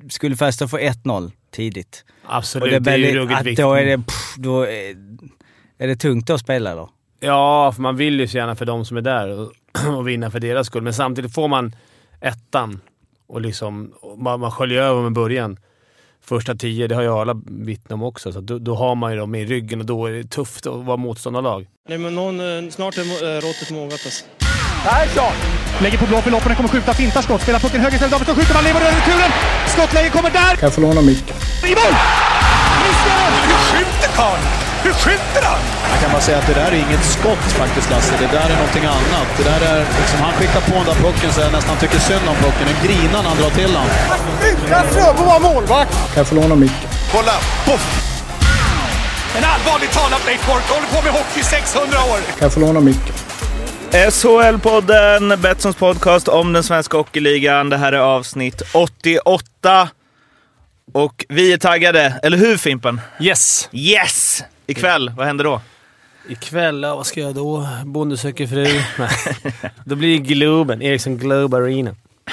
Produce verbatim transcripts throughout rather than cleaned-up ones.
skulle Färjestad få ett noll tidigt. Absolut, och det, det är ju ruggigt viktigt. Då är det, pff, då är, är det tungt att spela då? Ja, för man vill ju så gärna för de som är där och, och vinna för deras skull. Men samtidigt får man ettan och liksom man, man sköljer över med början. Första tio, det har ju alla vittnat om också. Så då, då har man ju dem i ryggen och då är det tufft att vara motståndarlag. Nej, men någon, snart är råttet mågat alltså. Persson! Lägger på blå för loppen, kommer skjuta, fintar skott. Spelar pucken höger istället, Davidsson skjuter, man lever över returen. Skottläge kommer där! Kan jag få låna micken? I mål! Hur skjuter Karl? Hur skjuter han? Jag kan bara säga att det där är inget skott faktiskt, Lasse. Det där är någonting annat. Det där är liksom, han skickar på den där pucken så jag nästan tycker synd om pucken. En grinan han drar till han. Utan Fröbo var målvakt! Kan jag få låna micken? Kolla! Poff! En allvarlig talad Leif Boork håller på med hockey i sexhundra år! Kan jag få låna micken? S H L-podden, Betssons podcast om den svenska hockeyligan. Det här är avsnitt åttioåtta. Och vi är taggade, eller hur Fimpen? Yes! Yes! Ikväll, vad händer då? Ikväll, ja, vad ska jag då? Bonde söker fru. Då blir det Globen, Ericsson Globe Arena.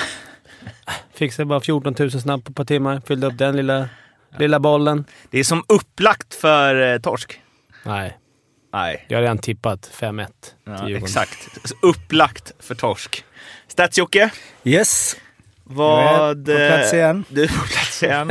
Fixade bara fjorton tusen snabbt på ett par timmar. Fyllde upp den lilla, lilla bollen. Det är som upplagt för eh, torsk. Nej. Nej. Jag har redan tippat fem ett. Ja, exakt. upplagt för torsk. Stats-Jocke? Yes. Vad, på plats igen. Du är på plats igen.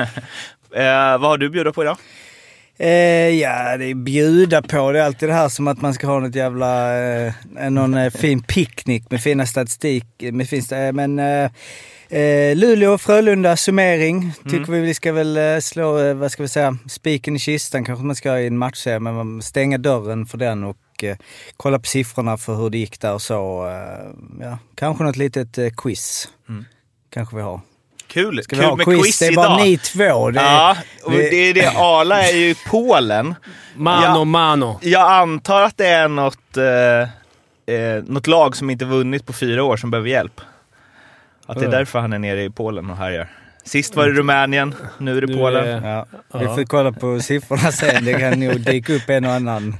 eh, vad har du bjudit på idag? Eh, ja, det är bjuda på. Det är alltid det här som att man ska ha något jävla eh, någon eh, fin picknick med fina statistik. Med fin, eh, men eh, eh, Luleå och Frölunda summering tycker mm. vi vi ska väl eh, slå, eh, vad ska vi säga, spiken i kistan kanske man ska i en match, men man stänga dörren för den och eh, kolla på siffrorna för hur det gick där och så. Eh, ja, kanske något litet eh, quiz. Mm. Kanske vi har. Kul, Ska kul vi med quiz, quiz det är idag. Bara ni två. Det, ja, och det är det. Arla är ju i Polen. Mano, jag, mano. Jag antar att det är något, eh, eh, något lag som inte vunnit på fyra år som behöver hjälp. Att det är därför han är nere i Polen och härjar. Sist var det Rumänien, nu är det nu Polen. Är, ja. Vi får kolla på siffrorna sen. Det kan nog dyka upp en och annan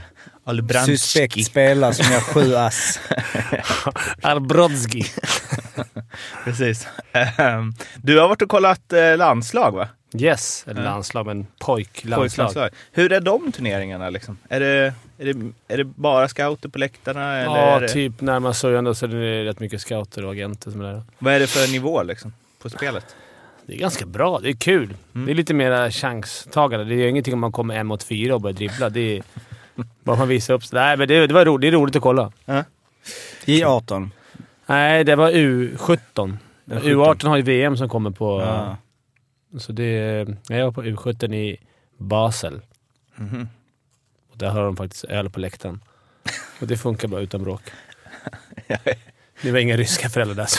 suspekt spelare som gör sju ass. Arbrodzki. Precis. Du har varit och kollat landslag, va? Yes, eller landslag, men pojklandslag. Pojklandslag. Hur är de turneringarna liksom? Är det, är det, är det bara scouter på läktarna? Eller ja, är det... typ närmast sörjande så är det rätt mycket scouter och agenter som är där. Vad är det för nivå liksom på spelet? Det är ganska bra, det är kul. Mm. Det är lite mer chanstagande. Det är ingenting om man kommer en mot fyra och börjar dribbla. Det är bara man visar upp sig. Nej, men det, det var roligt. Det är roligt att kolla. Uh-huh. I arton? Nej, det var U sjutton. U arton har ju V M som kommer på... Ja. Så det... Jag var på U sjutton i Basel. Mm-hmm. Och där har de faktiskt öl på läktaren. Och det funkar bra utan bråk. Det var inga ryska föräldrar där så.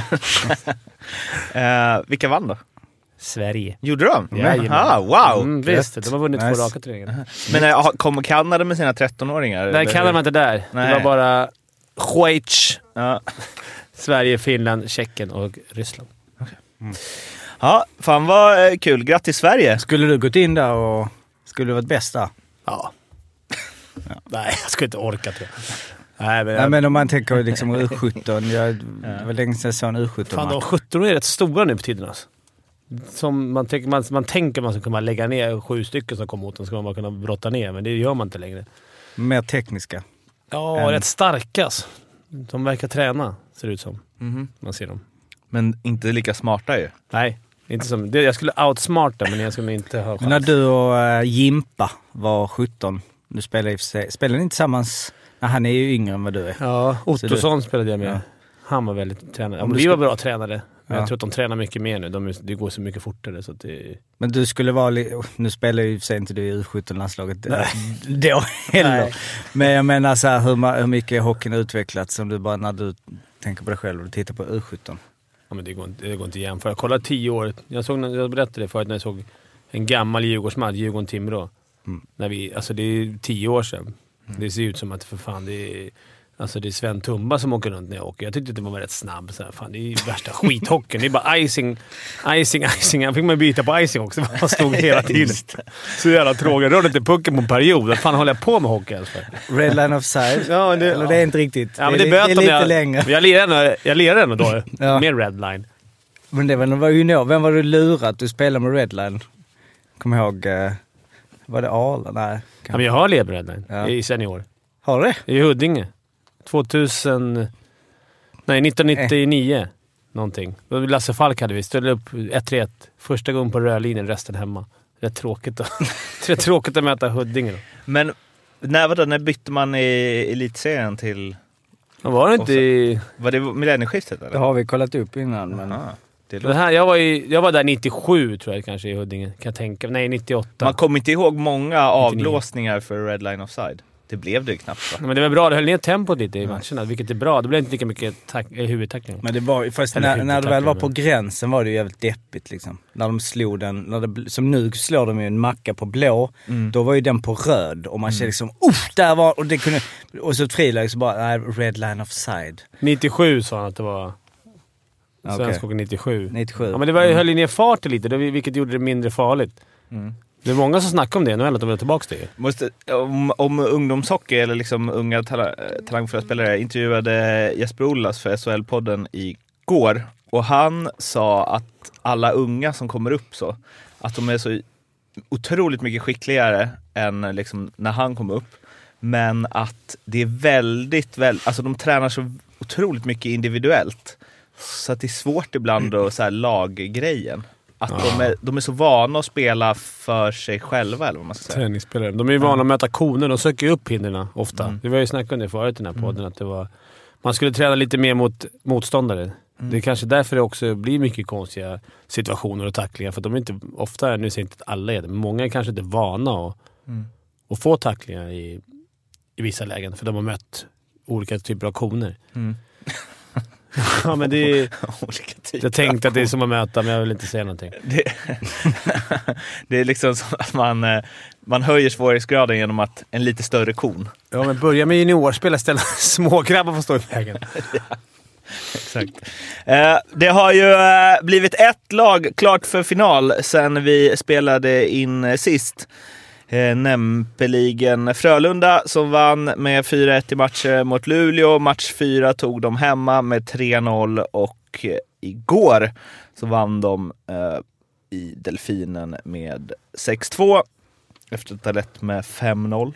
uh, vilka vann då? Sverige. Gjorde de? Ja, ah, wow! Mm, visst, de har vunnit nice. två raka turneringar. Men äh, kommer Kanada med sina tretton-åringar? Nej, Kanada var inte där. Nej. Det var bara Schweiz, ja. Sverige, Finland, Tjeckien och Ryssland. Okay. Mm. Ja, fan vad eh, kul. Grattis Sverige! Skulle du gått in där och skulle du varit bästa? Ja. ja. Nej, jag skulle inte orka tror jag. Nej, men, Nej, men om man tänker liksom U sjutton. Jag, det var länge sedan jag såg en U sjutton. Fan, de sjutton är rätt stora nu på tiden alltså. Som man, tänker, man, man tänker man ska kunna lägga ner sju stycken som kommer mot dem, ska man bara kunna brotta ner, men det gör man inte längre. Mer tekniska. Ja, än... rätt starka alltså. De verkar träna, ser det ut som. Mm-hmm. Man ser dem. Men inte lika smarta ju. Nej, inte som... Det, jag skulle outsmarta, men jag skulle inte ha chans. Men när du och äh, Jimpa var sjutton, du spelade i och för sig... Spelade ni inte tillsammans? Nej, han är ju yngre än vad du är. Ja, Ottosson du... spelade jag med. Ja. Han var väldigt tränad. Ja, vi var bra tränade. Men ja. Jag tror att de tränar mycket mer nu. De, det går så mycket fortare så att det... Men du skulle vara... Li... Nu spelar ju för inte du i U sjutton-landslaget då heller. Nej. Men jag menar så här, hur, hur mycket hockeyn har utvecklats som du bara när du tänker på dig själv och tittar på U sjutton. Ja, men det går inte, det går inte att jämföra. Jag kollade tio år. Jag, såg, jag berättade det förut när jag såg en gammal Djurgårdsmatch, Djurgården-Timrå. Mm. När vi, alltså det är tio år sedan. Mm. Det ser ut som att för fan det är... Alltså det är Sven Tumba som åker runt när jag åker. Jag tyckte att det var rätt snabb. Så här, fan, det är ju värsta skithockeyn. Det är bara icing, icing, icing. Jag fick man byta på icing också. Man stod hela tiden. Så jävla tråkigt. Rörde inte pucken på en period. Vad fan håller jag på med hockey? Alltså? Red line of sight. Ja, det, det är inte riktigt. Ja, men det, det, det är lite jag, längre. Jag lirar ändå, jag lirar ändå då. Ja. Mer red line. Men det var ju nå. Vem var du lurat? Du spelade med Redline. Kom ihåg... Uh, var det Arla? Nej. Ja, men jag har levt med Redline ja. i senior. Har du det? I Huddinge. tvåtusen... Nej, nittonhundranittionio. Eh. Någonting. Lasse Falk hade vi. Ställde upp ett tre ett. Första gången på rödlinjen, resten hemma. Rätt tråkigt då. Rätt tråkigt att möta Huddinge då. Men när, var det, när bytte man i elitserien till... Ja, var det inte i... Var det millennieskiftet eller? Det har vi kollat upp innan. Men... Aha, det det här, jag, var i, jag var där nittiosju tror jag kanske i Huddinge. Kan jag tänka. Nej, nittioåtta. Man kommer inte ihåg många avblåsningar för Red Line Offside. Det blev det ju knappt, va? Men det var bra, det höll ner tempot lite i matcherna, vilket är bra. Det blev inte lika mycket tack- huvudtackling. Men det var fast när, när det väl var på gränsen var det ju jävligt deppigt liksom. När de slog den, när det, som nu slår de ju en macka på blå, mm. då var ju den på röd och man mm. kände liksom, uff, där var, och det kunde, och så ett friläge så bara, nej, Red Line Offside. nittiosju sa han att det var. Svensk okay. nittiosju. nittiosju. Ja, men det var, höll ju ner farten lite, vilket gjorde det mindre farligt. Mm. Det är många som snackar om det, nu har jag tagit tillbaka det. Måste, om, om ungdomshockey eller liksom unga tala, talangfulla spelare intervjuade Jesper Ollas för S H L-podden igår. Och han sa att alla unga som kommer upp så, att de är så otroligt mycket skickligare än liksom när han kom upp. Men att det är väldigt, väldigt, alltså de tränar så otroligt mycket individuellt. Så att det är svårt ibland att så här laggrejen. Att ja. de, är, de är så vana att spela för sig själva, eller vad man ska säga. Träningsspelare. De är ju vana ja. att möta koner. De söker ju upp hinderna ofta. Mm. Det var ju snackat om det förut i den här podden. Mm. Att det var, man skulle träna lite mer mot motståndare. Mm. Det är kanske därför det också blir mycket konstiga situationer och tacklingar. För de är inte ofta, nu säger inte att alla är det, men många är kanske inte vana att, mm. att få tacklingar i, i vissa lägen. För de har mött olika typer av koner. Mm. Ja, men det är, jag tänkte att det är som att möta, men jag vill inte säga någonting. Det, det är liksom som att man, man höjer svårighetsgraden genom att en lite större kon. Ja, men börja med juniorspel istället. Små grabbar får stå i vägen. Ja, exakt. Eh, det har ju eh, blivit ett lag klart för final sen vi spelade in sist. Eh, Nämpeligen Frölunda som vann med fyra ett i matcher mot Luleå. Match fyra tog de hemma med tre noll och eh, igår så vann de eh, i Delfinen med sex två efter att ha lett med fem noll.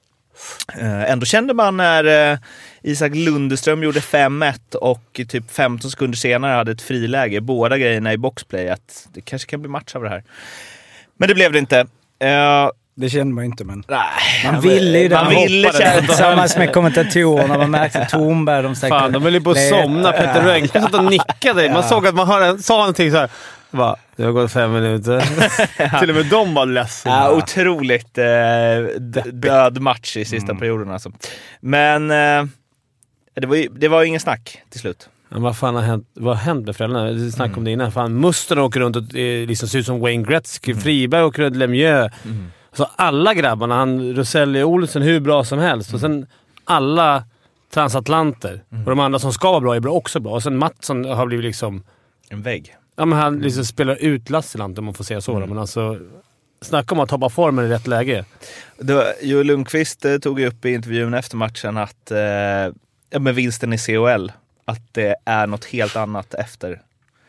Eh, ändå kände man när eh, Isak Lundeström gjorde fem ett och typ femton sekunder senare hade ett friläge, båda grejerna i boxplay, att det kanske kan bli match av det här. Men det blev det inte. Eh, Det kände man inte, men nej, man ville ju det. Man ville känna tillsammans med kommentatorerna. Man märkte Tornberg. De sagt, fan, de höll ju på att somna. Peter Rönnqvist satt och nickade. Man ja. såg att man hörde, sa någonting så här. Va, det har gått fem minuter. ja. Till och med de var ledsen. Ja, otroligt eh, död match i sista mm. perioden. Alltså. Men eh, det var ju det var ingen snack till slut. Men vad fan har hänt? Vad har hänt med föräldrarna? Vi snackade mm. om det innan. Fan, Muster åker runt och eh, liksom ser ut som Wayne Gretzky. Mm. Friberg åker runt Lemieux. Mm. Så alla grabbarna, han Roselli Olsen, hur bra som helst. Mm. Och sen alla transatlanter. Mm. Och de andra som ska vara bra är bra också bra. Och sen Mattsson har blivit liksom... en vägg. Ja, men han liksom spelar ut Lassilant om man får säga så. Mm. Men alltså, snacka om att hoppa formen i rätt läge. Var, Joel Lundqvist eh, tog ju upp i intervjun efter matchen att eh, ja, med vinsten i C H L, att det är något helt annat efter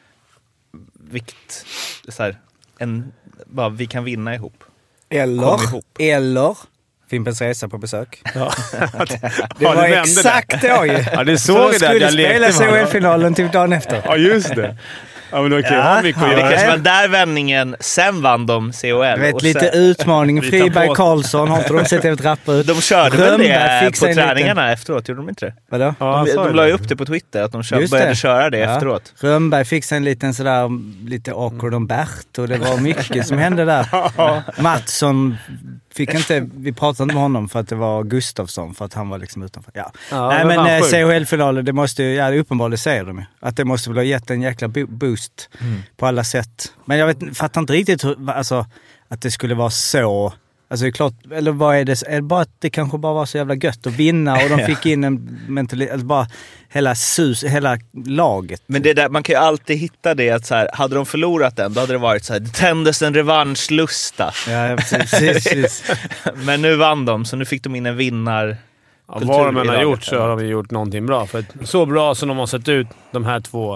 vikt. Så här, en, bara vi kan vinna ihop. Eller, eller Fimpens Resa på besök. Ja. det var ja, exakt då ju. Ja, det såg jag där. Jag spela C H L-finalen till dagen efter. Ja, just det. Ja, men okej, ja, mycket ja, att det göra. kanske var där vändningen, sen vann de C H L. Du vet, och lite sen, utmaning. Friberg Karlsson, har inte de sett ut rappa ut? De körde Rönnberg väl det på träningarna liten... efteråt, gjorde de inte det? Vadå? Ja, de de la ju upp det på Twitter, att de kör, började köra det ja. efteråt. Rönnberg fick sig en liten sådär, lite awkward om Bert, och det var mycket som hände där. Mattsson fick inte, vi pratade inte med honom för att det var Gustafsson, för att han var liksom utanför. Ja. Ja, nej, men eh, C H L-finaler, det måste ju, ja, uppenbarligen säger de ju. Att det måste väl ha gett en jäkla boost mm. på alla sätt. Men jag vet, fattar inte riktigt hur, alltså, att det skulle vara så. Alltså det är klart, eller vad är det? Är det bara att det kanske bara var så jävla gött att vinna och de fick in en mentalitet, alltså bara hela sus, hela laget. Men det där, man kan ju alltid hitta det att så här, hade de förlorat den, då hade det varit så här, det tändes en revanschlusta. Ja, precis, precis. Men nu vann de, så nu fick de in en vinnar. Ja, vad de än har gjort så har de gjort någonting bra. För så bra som de har sett ut, de här två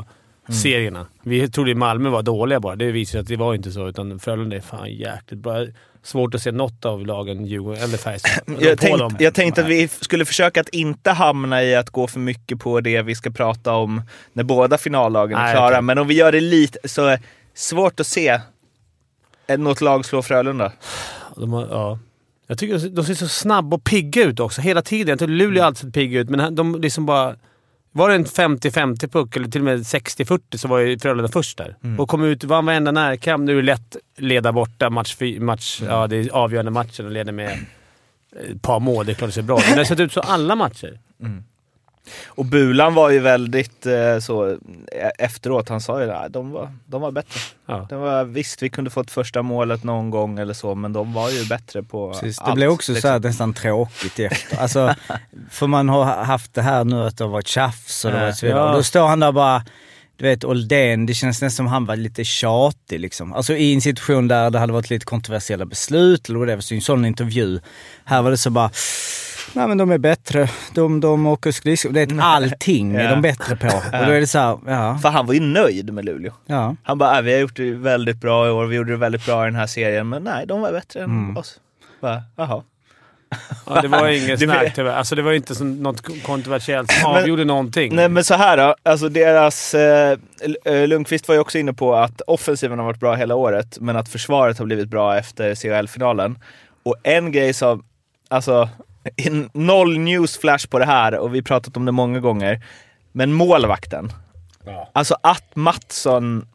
Mm. Serierna. Vi trodde att Malmö var dåliga bara. Det visar att det var inte så. Utan Frölunda är fan jäkligt bra. Svårt att se något av lagen Djurgården eller Färjestad. Jag, tänkt, jag tänkte att vi skulle försöka att inte hamna i att gå för mycket på det vi ska prata om när båda finallagen är Nej, klara. okay. Men om vi gör det lite så är svårt att se något lag slå Frölunda. De har, ja. Jag tycker de ser så snabba och pigga ut också. Hela tiden. Jag tror Luleå har alltid sett pigga ut. Men de liksom bara... Var det en femtio femtio puck eller till och med sextio fyrtio så var ju Frölunda först där. Mm. Och kom ut, vann varenda närkamp. Nu är det lätt leda borta match, match mm. ja, det är avgörande matchen och leder med ett par mål. Det är klart det ser bra. Men det har sett ut så alla matcher. Mm. Och Bulan var ju väldigt eh, så efteråt, han sa ju att de var, de var bättre. Ja. De var, visst, vi kunde fått första målet någon gång eller så, men de var ju bättre på Precis, det allt. blev också liksom. så här nästan tråkigt efter. Alltså, för man har haft det här nu att det har varit tjafs och det var så vidare. Ja. Och då står han där bara, du vet, Oldén, det känns nästan som han var lite tjatig liksom. Alltså i en situation där det hade varit lite kontroversiella beslut eller vad det var, så en sån intervju. Här var det så bara... Nej, men de är bättre. De, de åker skridskor. Det är allting är de bättre på. Och då är det så här, ja. För han var ju nöjd med Luleå. Ja. Han bara, vi har gjort det väldigt bra i år. Vi gjorde det väldigt bra i den här serien. Men nej, de var bättre än mm. oss. Bara, jaha. Ja, det var inget snack tyvärr. Alltså det var inte som något kontroversiellt som avgjorde men, någonting. Nej, men så här då. Alltså deras... Eh, Lundqvist var ju också inne på att offensiven har varit bra hela året. Men att försvaret har blivit bra efter C H L-finalen. Och en grej som... Alltså... Noll newsflash på det här och vi har pratat om det många gånger. Men målvakten. Ja. Alltså att Mattsson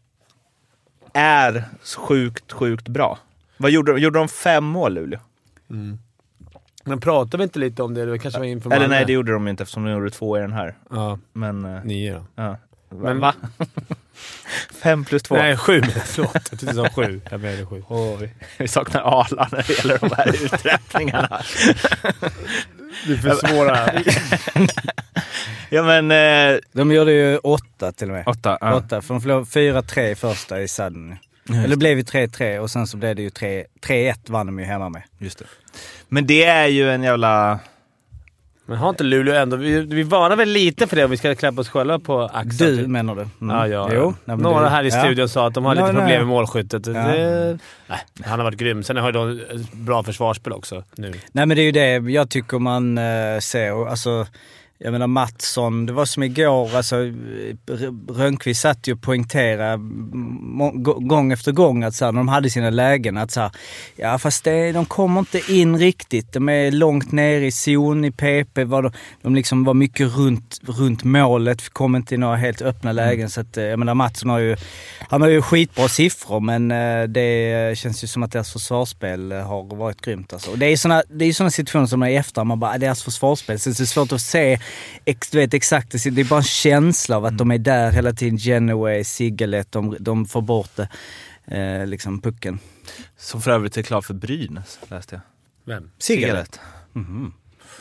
är sjukt, sjukt bra. Vad gjorde de? Gjorde de fem mål, Luleå? Mm. Men pratade vi inte lite om det? Det kanske var inför Eller nej, det gjorde de inte eftersom de gjorde två i den här. Ja. Men, uh, nio då. Ja. Men va? Fem plus två. Nej, sju. Förlåt, jag tyckte det var sju. Jag menar sju. Oh, vi, vi saknar Arla när det gäller de här uträttningarna. Du försvårar. Ja, men... Eh, de gjorde ju åtta till och med. Åtta, ja. åtta för de förlorade fyra tre första i sadden. Eller det blev ju tre tre och sen så blev det ju tre ett vann de ju hemma med. Just det. Men det är ju en jävla... Men har inte Luleå ändå... Vi, vi varnar väl lite för det om vi ska klappa oss själva på axeln. Du menar du? Mm. Ja, ja. Jo, ja. Några du, här i studion ja. sa att de har lite no, problem no. med målskyttet. Ja. Det, nej, han har varit grym. Sen har de bra försvarsspel också nu. Nej, men det är ju det jag tycker man äh, ser. Alltså... Jag menar Mattsson, det var som igår, alltså Rönnqvist satt ju och poängterade gång efter gång att så här, när de hade sina lägen att så här, ja fast det, de kommer inte in riktigt, de är långt ner i zon i P P, var de, de liksom var mycket runt, runt målet, kom inte i några helt öppna lägen mm. så att jag menar Mattsson har ju, han har ju skitbra siffror men det känns ju som att deras försvarsspel har varit grymt alltså. Och det är såna, det är såna situationer som är efter, man bara, deras försvarsspel, så det är svårt att se Ex, du vet exakt, det är bara en känsla av att mm. de är där hela tiden. Genoway, Sigalet, de, de får bort det, eh, liksom pucken. Som för övrigt är klar för Brynäs, läste jag. Vem? Sigalet. Mm-hmm.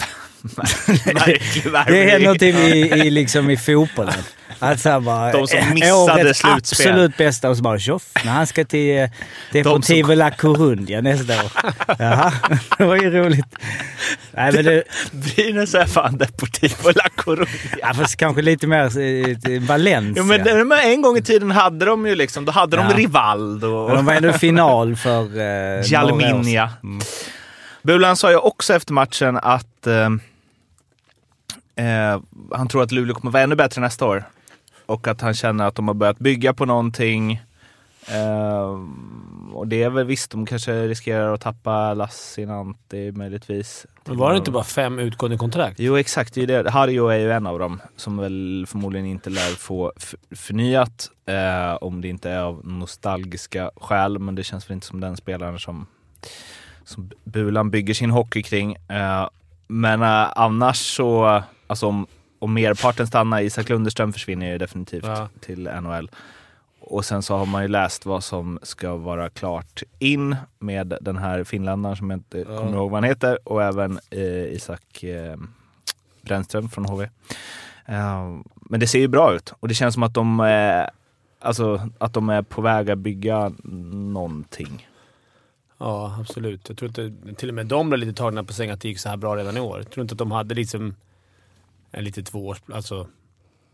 Det är någonting i, i, liksom i fotbollen. Alltså bara, de som missade slutspel. Absolut bästa och så bara tjoff. När han ska till Deportivo som... La Coruña nästa år. Jaha, det var ju roligt. Nej, men det... Brynäs är fan Deportivo La Coruña. Ja, fast kanske lite mer i Valencia. Jo, men, det, men en gång i tiden hade de ju liksom, då hade ja. de Rivaldo. Och... de var ändå i final för eh, Jalminja. Mm. Bulan sa ju också efter matchen att eh, eh, han tror att Luleå kommer vara ännu bättre nästa år. Och att han känner att de har börjat bygga på någonting. Eh, och det är väl visst, de kanske riskerar att tappa Lassinantti möjligtvis. Men var det inte bara fem utgående kontrakt? Jo, exakt. Det är det. Harjo är ju en av dem som väl förmodligen inte lär få f- förnyat. Eh, om det inte är av nostalgiska skäl. Men det känns väl inte som den spelaren som... som Bulan bygger sin hockey kring. Uh, men uh, annars så, alltså om, om merparten stannar, Isak Lunderström försvinner ju definitivt ja. till N H L. Och sen så har man ju läst vad som ska vara klart in med den här finländaren som jag inte ja. kommer ihåg vad han heter. Och även uh, Isak uh, Brännström från H V. Uh, men det ser ju bra ut. Och det känns som att de, uh, alltså, att de är på väg att bygga någonting. Ja, absolut. Jag tror inte till och med de blev lite tagna på säng att det gick så här bra redan i år. Jag tror inte att de hade liksom en lite två års, alltså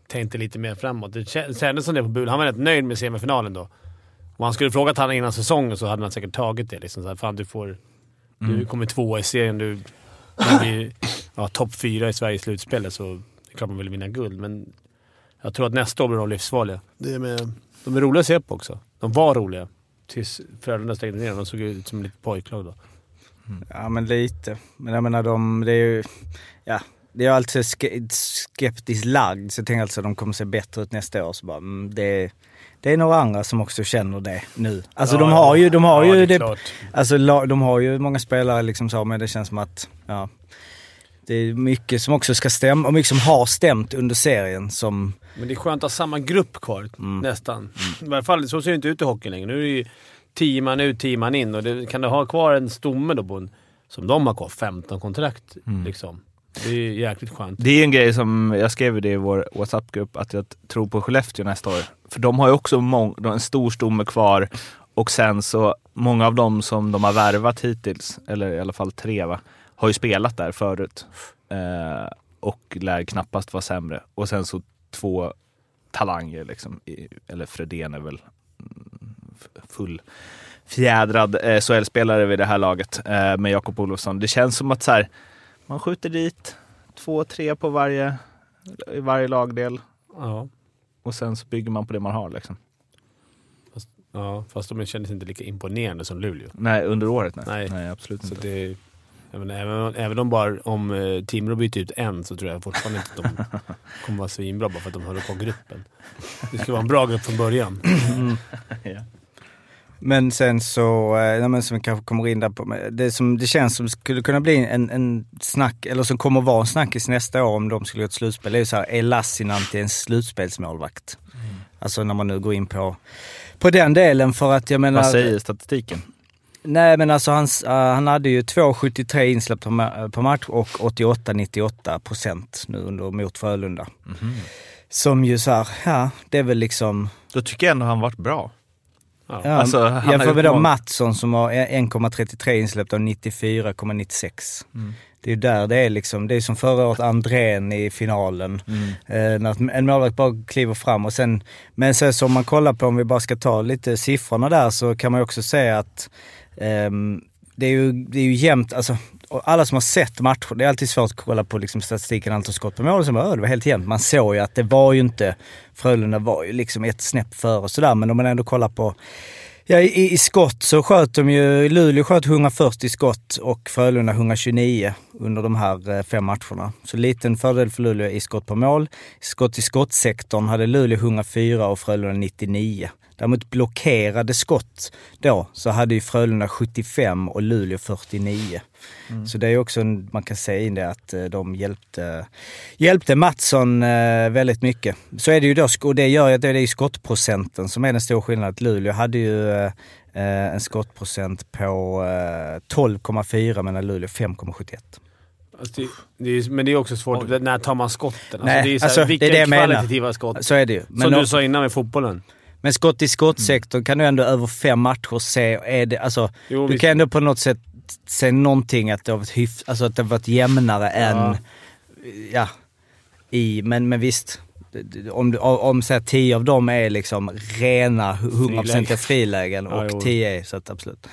tänkte lite mer framåt. Det kändes som det på Bul. Han var rätt nöjd med semifinalen då. Om han skulle frågat han innan säsongen så hade han säkert tagit det. Liksom så här, fan, du får... Mm. Du kommer två i serien. Du blir ja, topp fyra i Sveriges slutspel, så det är klart man vill vinna guld. Men jag tror att nästa år blir de livsfarliga. Det är med, de är roliga att se på också. De var roliga. Tills Frölunda stängde ner. De såg ut som lite pojklag då. Mm. Ja, men lite. Men jag menar, de, det är ju... Ja, det är alltid ske- skeptiskt lagd. Så jag tänker alltså att de kommer se bättre ut nästa år. Så bara, mm, det är... Det är några andra som också känner det nu. Alltså ja, de har ju, de har ja, ju det, det alltså de har ju många spelare liksom så, men det känns som att ja, det är mycket som också ska stämma och mycket som har stämt under serien som... Men det är skönt att ha samma grupp kvar mm. nästan. Mm. I varje fall så ser det inte ut i hockey längre. Nu är det ju tio man ut, tio man in och det, kan du ha kvar en stomme då på en, som de har kvar femton kontrakt mm. liksom. Det är jäkligt skönt. Det är en grej som jag skrev det i vår WhatsApp-grupp, att jag tror på Skellefteå nästa år. För de har ju också mång- en stor stomme kvar och sen så många av dem som de har värvat hittills, eller i alla fall tre va, har ju spelat där förut. Eh, och lär knappast vara sämre. Och sen så två talanger liksom, i, eller Fredén är väl full fjädrad eh, S H L-spelare vid det här laget eh, med Jakob Olofsson. Det känns som att så här, man skjuter dit två, tre på varje, i varje lagdel. Ja. Och sen så bygger man på det man har liksom. Fast, ja, fast de kändes inte lika imponerande som Luleå. Nej, under året. Nej, nej. nej absolut så inte. Det, jag menar, även, även om bara om eh, Timrå byter ut en så tror jag fortfarande inte att de kommer vara svinbra bara för att de håller på gruppen. Det ska vara en bra grupp från början. Mm. Ja. Men sen så, ja, men som vi kanske kommer in där på, det som det känns som skulle kunna bli en, en snack, eller som kommer vara en snackis nästa år om de skulle göra ett slutspel, det är ju så här, är Lassinantti en slutspelsmålvakt? Mm. Alltså när man nu går in på, på den delen, för att jag menar... Vad säger statistiken? Nej, men alltså hans, uh, han hade ju två komma sjuttiotre insläpp på, ma- på match och åttioåtta komma nittioåtta procent nu under mot Frölunda. Mm. Som ju så här, ja, det är väl liksom... Då tycker jag ändå han varit bra. Ja, ja, alltså, jämför med då Mattsson som har en komma trettiotre insläppt och nittiofyra komma nittiosex. Mm. Det är ju där det är liksom, det är som förra året Andrén i finalen. Mm. Eh, när en målvakt bara kliver fram och sen, men sen så om man kollar på, om vi bara ska ta lite siffrorna där, så kan man ju också säga att eh, det är ju, det är ju jämnt, alltså alla som har sett matcher, det är alltid svårt att kolla på liksom statistiken, allt och skott på mål, som var, det var helt jämnt. Man såg ju att det var ju inte, Frölunda var ju liksom ett snäpp för och sådär, men om man ändå kollar på, ja, i, i skott så sköt de ju, Luleå sköt hundrafyrtio skott och Frölunda hundratjugonio under de här fem matcherna. Så liten fördel för Luleå i skott på mål. Skott i skottsektorn hade Luleå hundrafyra och Frölunda nittionio. Däremot blockerade skott då så hade ju Frölunda sjuttiofem och Luleå fyrtionio. Mm. Så det är också, man kan säga in det, att de hjälpte, hjälpte Mattsson väldigt mycket. Så är det ju då, och det gör ju att det är ju skottprocenten som är den stora skillnaden. Luleå hade ju en skottprocent på tolv komma fyra medan Luleå fem komma sjuttioett. Alltså det, det är, men det är också svårt, Oj. när tar man skotten? Alltså Nej, det är så här, alltså, vilka det är det kvalitativa skott? Så är det ju. Men som då, du sa innan med fotbollen. Men skott i skottsektorn kan du ändå över fem matcher se, är det, alltså, jo, du kan ändå på något sätt se någonting att det har varit, hyf, alltså att det har varit jämnare ja. än ja, i, men, men visst, om, om så här, tio av dem är liksom rena hundra procent frilägen och ja, tio är så att absolut.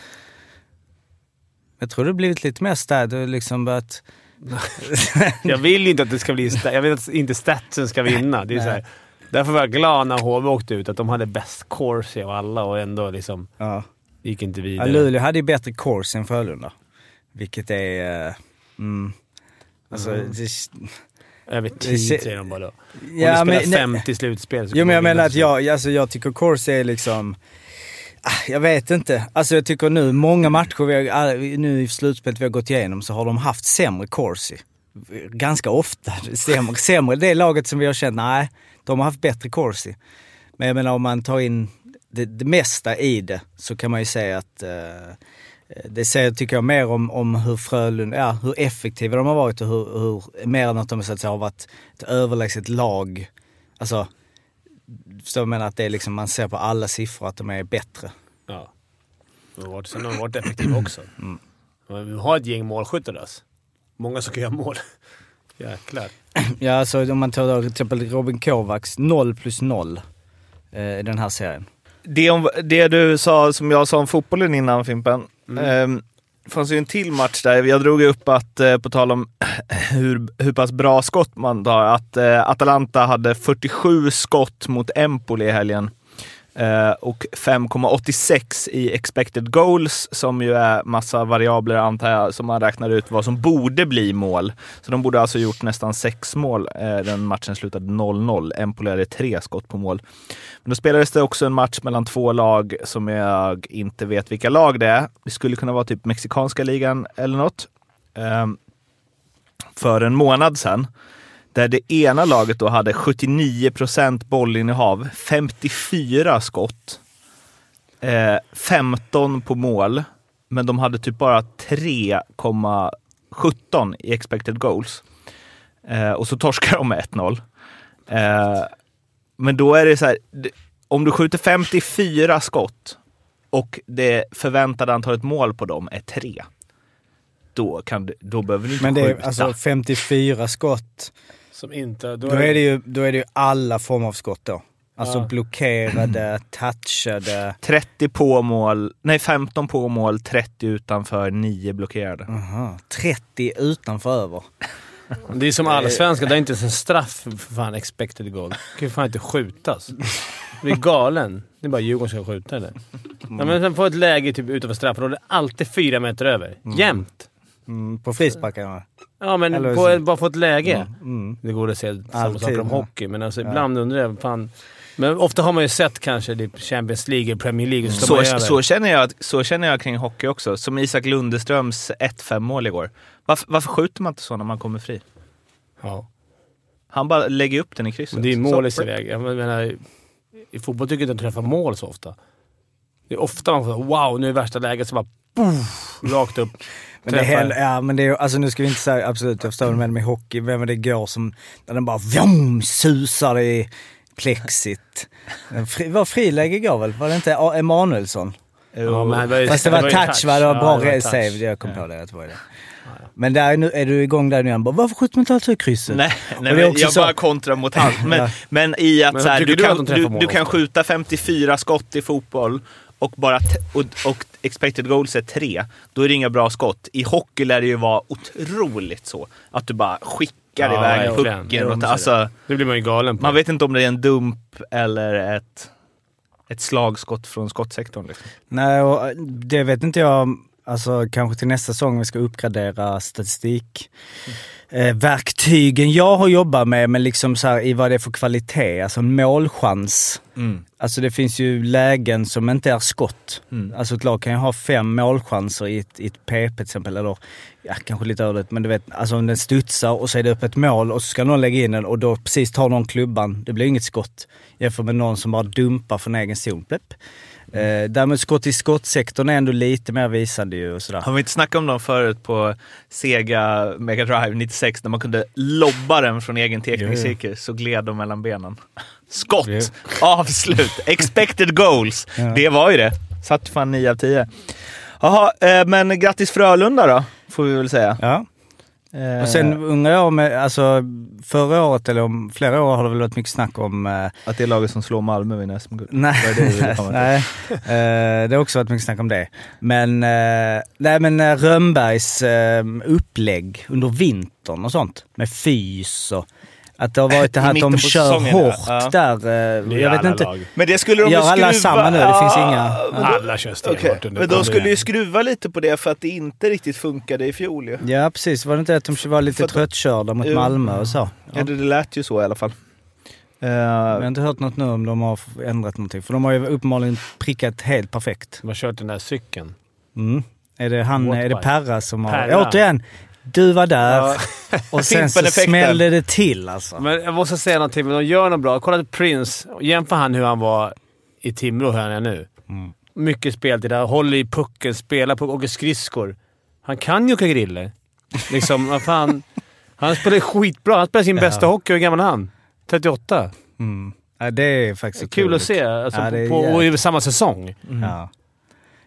Jag tror det har blivit lite mer stad, du liksom börjat... Jag vill inte att det ska bli stad. Jag vill att inte statsen ska vinna. Det är så här. Därför var jag glad när H V åkte ut att de hade bäst course av alla och ändå liksom ja. gick inte vidare. Ja, Luleå hade ju bättre course än Frölunda. Vilket är... Uh, mm, alltså... Mm. Det, över tio säger de bara då. Om ja, du spelar femtio nej, slutspel så... Jo, men jag menar att jag, alltså, jag tycker course är liksom... Jag vet inte. Alltså jag tycker nu, många matcher vi har, nu i slutspelet vi har gått igenom så har de haft sämre corsi. Ganska ofta. Sämre, sämre. Det är laget som vi har känt, nej, de har haft bättre corsi. Men jag menar, om man tar in det, det mesta i det så kan man ju säga att uh, det säger, tycker jag, mer om, om hur Frölunda, ja, hur effektiva de har varit och hur, hur mer än att de så att säga, har varit ett överlägset lag. Alltså, så jag menar att det är liksom, man ser på alla siffror att de är bättre. Ja. De har varit, sen har de varit effektiva också. Mm. Vi har ett gäng målskyttar där. Många som kan göra mål. Jäklar. Ja, alltså om man tar då, till exempel Robin Kovacs noll plus noll eh, i den här serien. Det, om, det du sa, som jag sa om fotbollen innan, Fimpen. Mm. Eh, det fanns ju en till match där. Jag drog upp att, eh, på tal om hur, hur pass bra skott man tar, att eh, Atalanta hade fyrtiosju skott mot Empoli i helgen. Uh, och fem komma åttiosex i expected goals, som ju är massa variabler, antar jag, som man räknar ut vad som borde bli mål. Så de borde alltså gjort nästan sex mål. Uh, den matchen slutade noll noll. Empoli hade tre skott på mål. Men då spelades det också en match mellan två lag som jag inte vet vilka lag det är. Det skulle kunna vara typ mexikanska ligan eller något. Uh, för en månad sedan. Där det ena laget då hade sjuttionio procent bollinnehav, femtiofyra skott, eh, femton på mål, men de hade typ bara tre komma sjutton i expected goals. Eh, och så torskar de med ett noll. Eh, men då är det så här, om du skjuter femtiofyra skott och det förväntade antalet mål på dem är tre, då, kan du, då behöver du inte men det är skjuta. alltså femtiofyra skott. Som inte, då, Då är det ju, då är det ju alla former av skott då. Alltså Ja. blockerade, touchade. trettio på mål, nej femton på mål, trettio utanför, nio blockerade. Aha, trettio utanför över. Det är som allsvenska, det är inte ens en straff för fan expected goal. Det kan ju fan inte skjutas. Det är galen. Det är bara Djurgården som ska skjuta det. Ja, men sen får ett läge typ utanför straffen och det är alltid fyra meter över. Mm. Jämt. Mm, på frisparkarna. Ja, men Eller på, så. bara få ett läge. Mm. Mm. Det går att se samma Alltid, saker om ja. hockey. Men alltså, Ja. ibland undrar jag, fan. Men ofta har man ju sett kanske det Champions League, Premier League. Så, Så, man över. så, känner jag, så känner jag kring hockey också. Som Isak Lundeströms ett fem mål igår. Varför, varför skjuter man inte så när man kommer fri? Ja. Han bara lägger upp den i krysset. Men det är mål i Så- sig väg. Jag menar, i fotboll tycker jag inte att träffa mål så ofta. Det är ofta man får wow, nu är värsta läget så bara poof, rakt upp. Men det händer, ja, men det är alltså nu ska vi inte säga absolut, jag förstår vad du menar med hockey, vem är det går som när den bara vjom, susar i plexit. Fri, var friläge går väl? Var det inte Emanuelsson? Ja, men var ju, Fast det var, ju touch, va? Det var Ja, bra det var touch. save, jag kom på det. Att det var det. Men där är, nu, är du igång där nu igen. Bara, varför skjuter man inte alltid i krysset? Nej, nej Och det är men också jag så- bara kontrar mot han. Men, Ja. men i att Men så här, tycker du, du kan, att de träffar du, mål du kan också? skjuta femtiofyra skott i fotboll och, bara t- och, och expected goals är tre. Då är det inga bra skott. I hockey lär det ju vara otroligt så. Att du bara skickar Ja, iväg verkligen. pucken. Jo, Och, men alltså, det blir man ju galen på. man vet inte om det är en dump eller ett, ett slagskott från skottsektorn. Liksom. Nej, och det vet inte jag. Alltså kanske till nästa säsong vi ska uppgradera statistik. Eh, verktygen jag har jobbat med, men liksom så här, i vad det är för kvalitet. Alltså en målchans. Mm. Alltså det finns ju lägen som inte är skott. Mm. Alltså ett lag kan ju ha fem målchanser i ett, i ett P P till exempel. Eller ja, kanske lite övrigt. Men du vet, alltså om den studsar och så är det upp ett mål och så ska någon lägga in den och då precis tar någon klubban. Det blir inget skott. Jämfört med någon som bara dumpar från egen zon. Plepp. Eh, därmed skott i skottsektorn är ändå lite mer visande ju och sådär. Har vi inte snackat om dem förut på Sega Mega Drive nittiosex när man kunde lobba den från egen teknikcirkel så gled de mellan benen. Skott! Jo. Avslut! Expected goals! Ja. Det var ju det. Satt fan nio av tio. Jaha, eh, men grattis Frölunda då, får vi väl säga. Ja. Eh, Och sen undrar jag med, alltså förra året eller om flera år har det väl varit mycket snack om... Eh, att det är laget som slår Malmö vid S M-guld. nej, Vad är det vi vill komma till? nej eh, det har också varit mycket snack om det. Men, eh, nej, men eh, Rönnbergs eh, upplägg under vintern och sånt med fys och att det har varit det här I att de mitten på kör säsongen, hårt ja. där. Eh, Det är jag vet alla inte. lag. Men det skulle de Gör ju alla skruva... samma nu? Det finns inga- men då- Alla kör stenhårt Okej, under men de pandemi. skulle ju skruva lite på det för att det inte riktigt funkade i fjol ju. Ja, precis. Var det inte att de var lite För att- tröttkörda mot Jo. Malmö och så? Ja. Ja, det, det lät ju så i alla fall. Uh, Jag har inte hört något nu om de har ändrat någonting. För de har ju uppenbarligen prickat helt perfekt. De har kört den där cykeln. Mm. Är det han, är det Perra som har... Perra. Återigen, du var där Ja. och sen så Fimpen-effekten. smällde det till alltså. Men jag måste säga någonting, men de gör något bra. Kolla till Prince. Jämför han hur han var i Timrå hur han är nu. Mm. Mycket speltid där. Håller i pucken, spelar på åker skridskor. Han kan ju åka griller. Liksom, vad fan. Han spelar skitbra. Han spelar sin bästa hockey. Hur gammal är han? trettioåtta. Mm. Ja, det är faktiskt Kul kul att se. Alltså, Ja, det är på, på, och jävligt. i samma säsong. Ja.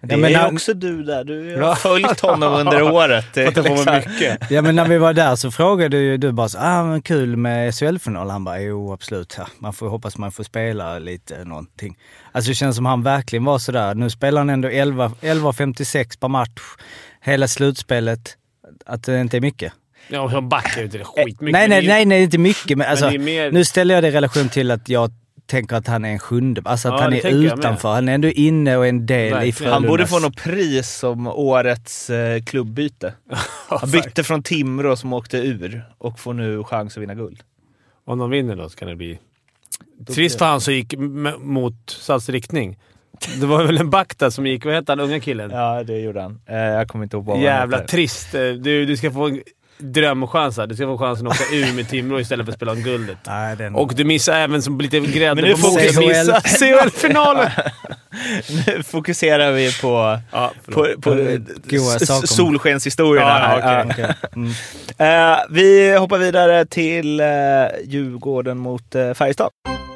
Det Ja, men är när, också du där. Du har följt honom under året. Det Fått på mig mycket. ja, men när vi var där så frågade ju du bara så, ah, men kul med S H L-final. Han bara, jo absolut. Ja. Man får hoppas man får spela lite någonting. Alltså det känns som han verkligen var sådär. Nu spelar han ändå elva femtiosex per match. Hela slutspelet. Att det inte är mycket. Ja, och som backar ut det skitmycket. Nej, nej, nej, nej, inte mycket. Men alltså, men mer... nu ställer jag det i relation till att jag tänker att han är en sjunde. Alltså att ja, han är utanför. Han är ändå inne och en del verkligen. i Frölundas. Han borde få något pris som årets eh, klubbyte. Han bytte från Timrå som åkte ur och får nu chans att vinna guld. Om de vinner då så kan det bli... Trist för han som gick m- mot Sals riktning. Det var väl en back där som gick, vad heter han, unga killen? Ja, det gjorde han. Eh, jag kommer inte ihåg vad Jävla trist. Du, du ska få en drömchans här. Du ska få chansen att åka ur med Timrå istället för att spela om guldet. Nej, den... Och du missar även som lite grädde nu på modet. missa C H L-finalen! Nu fokuserar vi på, ja, på, på Goa saker. solskenshistorierna ja, här. ja, okay. Mm. Uh, vi hoppar vidare till uh, Djurgården mot uh, Färjestad.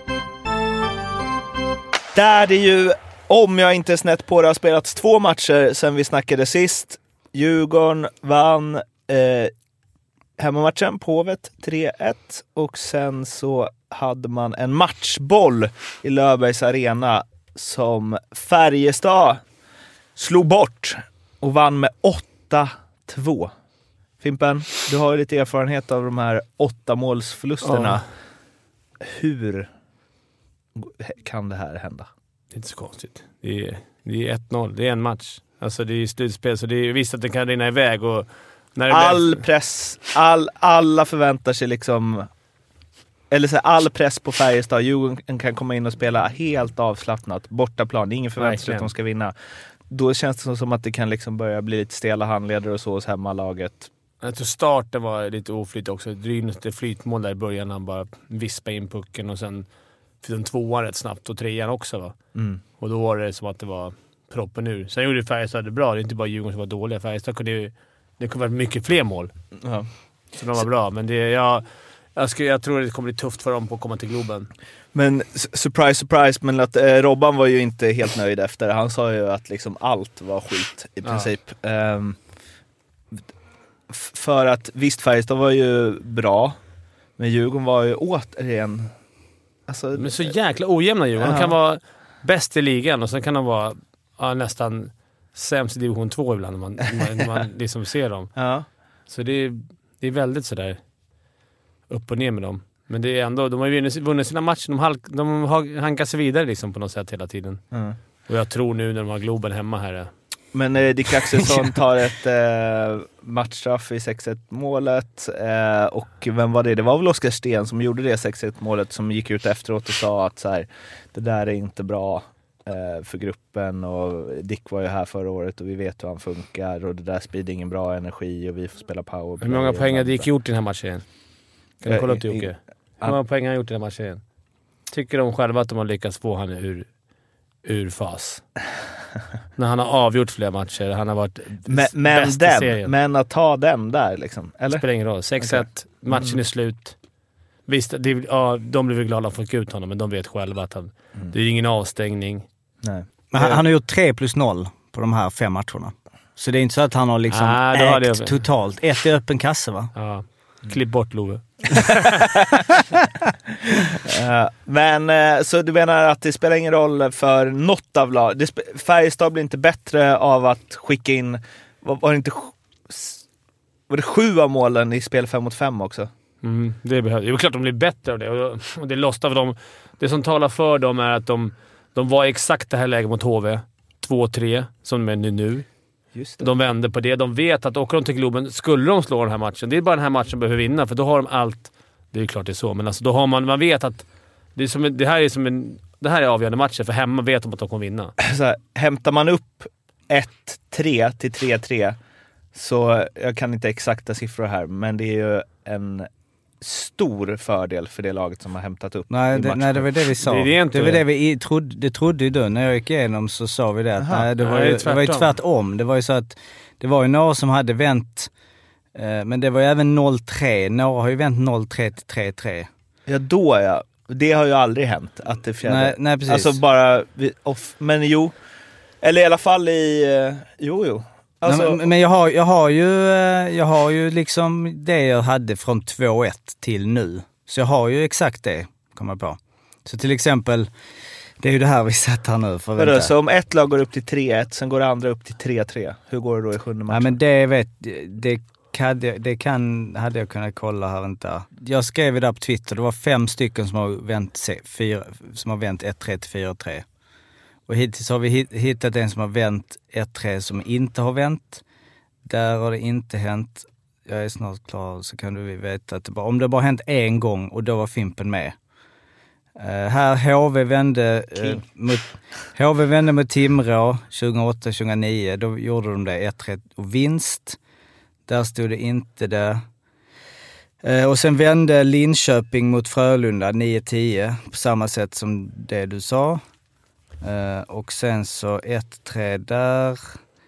Där det ju, om jag inte är snett på det, har spelats två matcher sen vi snackade sist. Djurgården vann uh, hemmamatchen på Hovet tre ett och sen så hade man en matchboll i Löfbergs arena som Färjestad slog bort och vann med åtta två. Fimpen, du har ju lite erfarenhet av de här åtta målsförlusterna. Oh. Hur kan det här hända? Det är inte så konstigt. Det är, det är ett noll. Det är en match. Alltså det är slutspel, så det är visst att det kan rinna iväg. Och när det all blir... press, all, alla förväntar sig liksom... Eller så här, all press på Färjestad. Djurgården kan komma in och spela helt avslappnat. Bortaplan. Ingen förväntar sig att de ska vinna. Då känns det som att det kan liksom börja bli lite stela handledare och så hos hemmalaget. Jag tror starten var lite oflyt också. Drynnes det flytmål där i början. Han bara vispade in pucken och sen fick de tvåan rätt snabbt och trean också. Va? Mm. Och då var det som att det var proppen ur. Sen gjorde Färjestad det bra. Det är inte bara Djurgården som var dåliga. Färjestad kunde ju... Det kunde vara mycket fler mål. Ja. Så de var bra. Men det... Jag, jag, skulle, jag tror det kommer bli tufft för dem på att komma till Globen. Men surprise, surprise. Men att, eh, Robban var ju inte helt nöjd efter. Han sa ju att liksom allt var skit i princip. Ja. Um, För att visst, Färjestad var ju bra, men Djurgården var ju återigen... Alltså, men så jäkla ojämna Djurgården. De kan vara bäst i ligan och sen kan de vara ja, nästan sämst i division två ibland när man, när man liksom ser dem. Ja. Så det är, det är väldigt sådär upp och ner med dem. Men det är ändå, de har ju vunnit sina matcher. De, halk, de har hankat sig vidare liksom på något sätt hela tiden. Mm. Och jag tror nu när de har Globen hemma här... Men eh, Dick Axelsson tar ett eh, matchstraff i sex ett målet eh, och vem var det? Det var väl Oskar Sten som gjorde det sex ett målet, som gick ut efteråt och sa att så här, det där är inte bra eh, för gruppen, och Dick var ju här förra året och vi vet hur han funkar och det där sprider ingen bra energi och vi får spela powerplay. Hur många poäng har Dick gjort i den här matchen? Kan du kolla upp det, Jocke? Hur många poäng har han gjort i den här matchen? Tycker de själva att de har lyckats få han ur, ur fas? När han har avgjort flera matcher. Han har varit men, men bäst i den, serien. Men att ta den där liksom. Eller? Det spelar ingen roll. sex ett. Okay. Matchen mm. är slut. Visst, det, ja, de blev glada att få ut honom, men de vet själva att han, mm. det är ingen avstängning. Nej. Men han, han har gjort tre plus noll på de här fem matcherna. Så det är inte så att han har liksom ah, ägt det totalt. Ett i öppen kassa, va? Ja. Klipp bort Love. uh, men uh, så du menar att det spelar ingen roll för något av lag? Det sp- Färjestad blir inte bättre av att skicka in, var, var det inte var det sju av målen i spel fem mot fem också? Mm, det behövs. Det är klart att de blir bättre av det, och, och det är lost av dem. Det som talar för dem är att de, de var exakt det här läget mot H V två tre som de är nu. Just det. De vänder på det. De vet att åker de till Globen, skulle de slå den här matchen, det är bara den här matchen de behöver vinna, för då har de allt. Det är klart det är så, men alltså då har man, man vet att det, är som en, det här är som en, det här är avgörande matcher, för hemma vet de att de kommer vinna. Så här, hämtar man upp ett tre till tre tre, så jag kan inte exakta siffror här, men det är ju en stor fördel för det laget som har hämtat upp. Nej, det, nej, det var det vi sa. Det, det, det var det vi trodde, det trodde ju du. När jag gick igenom så sa vi det. Att, nej, det, var nej, ju, det var ju tvärtom. Det var ju så att det var ju några som hade vänt, eh, men det var ju även noll tre. Några har ju vänt noll tre till tre tre. Ja, då är jag. Det har ju aldrig hänt att det fjärde. Nej, nej precis. Alltså bara off, men jo. Eller i alla fall i... Uh, jo, jo. Alltså... Nej, men jag har, jag, har ju, jag har ju liksom det jag hade från två ett till nu. Så jag har ju exakt det, kommer jag på. Så till exempel, det är ju det här vi satt här nu. För Vadå, så om ett lag går upp till tre ett, sen går det andra upp till tre tre. Hur går det då i sjunde matchen? Ja, men det vet... Det, Hade jag, det kan, hade jag kunnat kolla här inte. Jag skrev det där på Twitter. Det var fem stycken som har vänt, fyra, som har vänt ett tre till fyra tre. Och hittills har vi hittat en som har vänt ett tre som inte har vänt. Där har det inte hänt. Jag är snart klar, så kan du veta att det bara, om det bara hänt en gång och då var Fimpen med. Uh, här H V vände uh, mot, H V vände mot Timrå tjugohundraåtta tjugohundranio. Då gjorde de det ett tre och vinst. Där stod det inte det. Eh, och sen vände Linköping mot Frölunda nio tio på samma sätt som det du sa. Eh, och sen så ett tre där.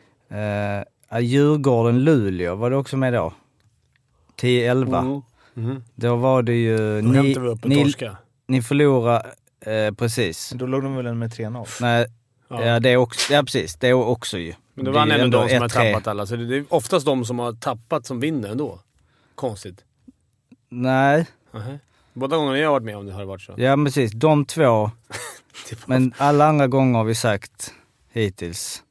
Eh, Djurgården Luleå var det också med då. tio elva. Mm. Mm. Då var det ju... Då hämtade vi upp en ni, torska. Ni förlorade, eh, precis. Då låg de väl med tre noll? Nej, ja. ja, det är också, ja, precis. Det är också ju. Men det var ändå, ändå de som har ett tre. tappat alla. Så det är oftast de som har tappat som vinner ändå. Konstigt. Nej. Uh-huh. Båda gångerna jag har varit med om det har varit så. Ja, precis. De två. Men alla andra gånger har vi sagt hittills.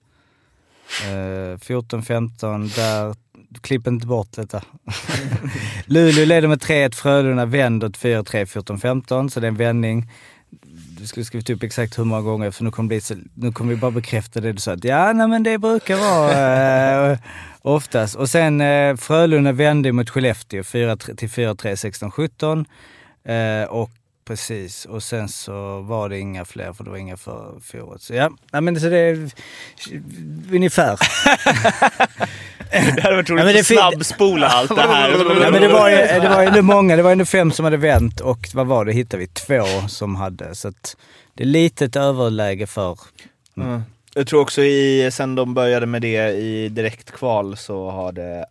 Uh, fjorton femton där. Klipp inte bort detta. Luleå leder med tre ett. Frölunda vänder till fyra tre fjorton femton. Så det är en vändning. Du skulle skriva upp exakt hur många gånger, för nu kommer, bli så, nu kommer vi bara bekräfta det du sa. Ja, nej, men det brukar vara eh, oftast. Och sen eh, Frölunda vände mot Skellefteå fyra tre till fyra tre sexton sjutton. Eh, och precis. Och sen så var det inga fler, för det var inga för fjolåret. Så ja, nej, men så det är ungefär. Det hade varit roligt ja, att snabbspola allt det här. Ja, men det var ju det var ändå många, det var ändå fem som hade vänt, och vad var det, hittade vi två som hade, så att det är lite ett överläge för. Mm. Mm. Jag tror också i, sen de började med det i direktkval så har det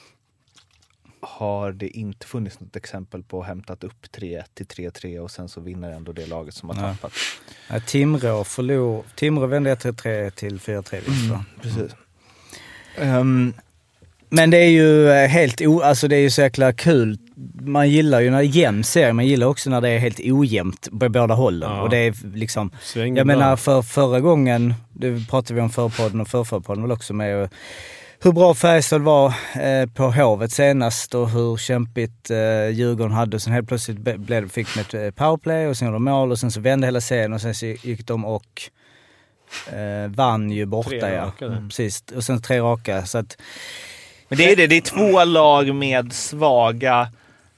har det inte funnits något exempel på hämtat upp tre ett till tre tre och sen så vinner ändå det laget som har ja. tappat. Ja, Timrå förlor, Timrå vände ett tre tre till fyra tre. Mm, precis. Um, men det är ju helt o, alltså det är ju så jäkla kul. Man gillar ju när det är jämn serie, man gillar också när det är helt ojämnt på båda hållen. Ja. Och det är liksom, Svänger jag bra. menar för förra gången, det pratade vi om förpodden och förrförpodden väl också med hur bra Färjestad var eh, på Hovet senast och hur kämpigt eh, Djurgården hade. Och sen helt plötsligt blev, fick de ett powerplay och sen gjorde de mål och sen så vände hela serien och sen så gick de och eh, vann ju borta. Tre ja. raka, mm. Precis. Och sen tre raka. Så att, men det är det, det är två lag med svaga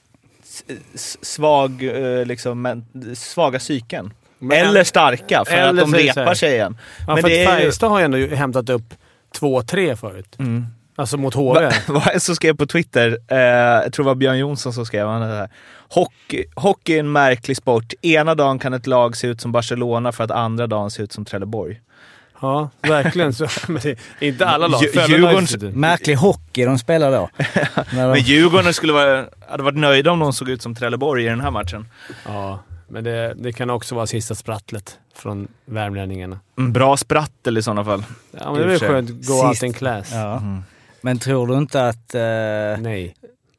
svag, liksom, svaga psyken. Men, eller starka, för eller att de repar sig igen. Ja, men för det att är Färjestad har ju ändå hämtat upp två tre förut. Mm. Alltså mot H V. Vad är så skrev på Twitter, eh, jag tror det var Björn Jonsson som skrev han det här. Hockey, hockey är en märklig sport. Ena dagen kan ett lag se ut som Barcelona för att andra dagen se ut som Trelleborg. Ja, verkligen. Så, men det är inte alla lag. Djurgårdens... Märklig hockey de spelar då. Men Djurgården skulle vara, hade varit nöjda om de såg ut som Trelleborg i den här matchen. Ja, men det, det kan också vara sista sprattlet från värmlänningarna. Mm, bra sprattel i sådana fall. Ja, men det är väl skönt att gå out in class. Ja. Mm. Men tror du inte att... Uh... Nej.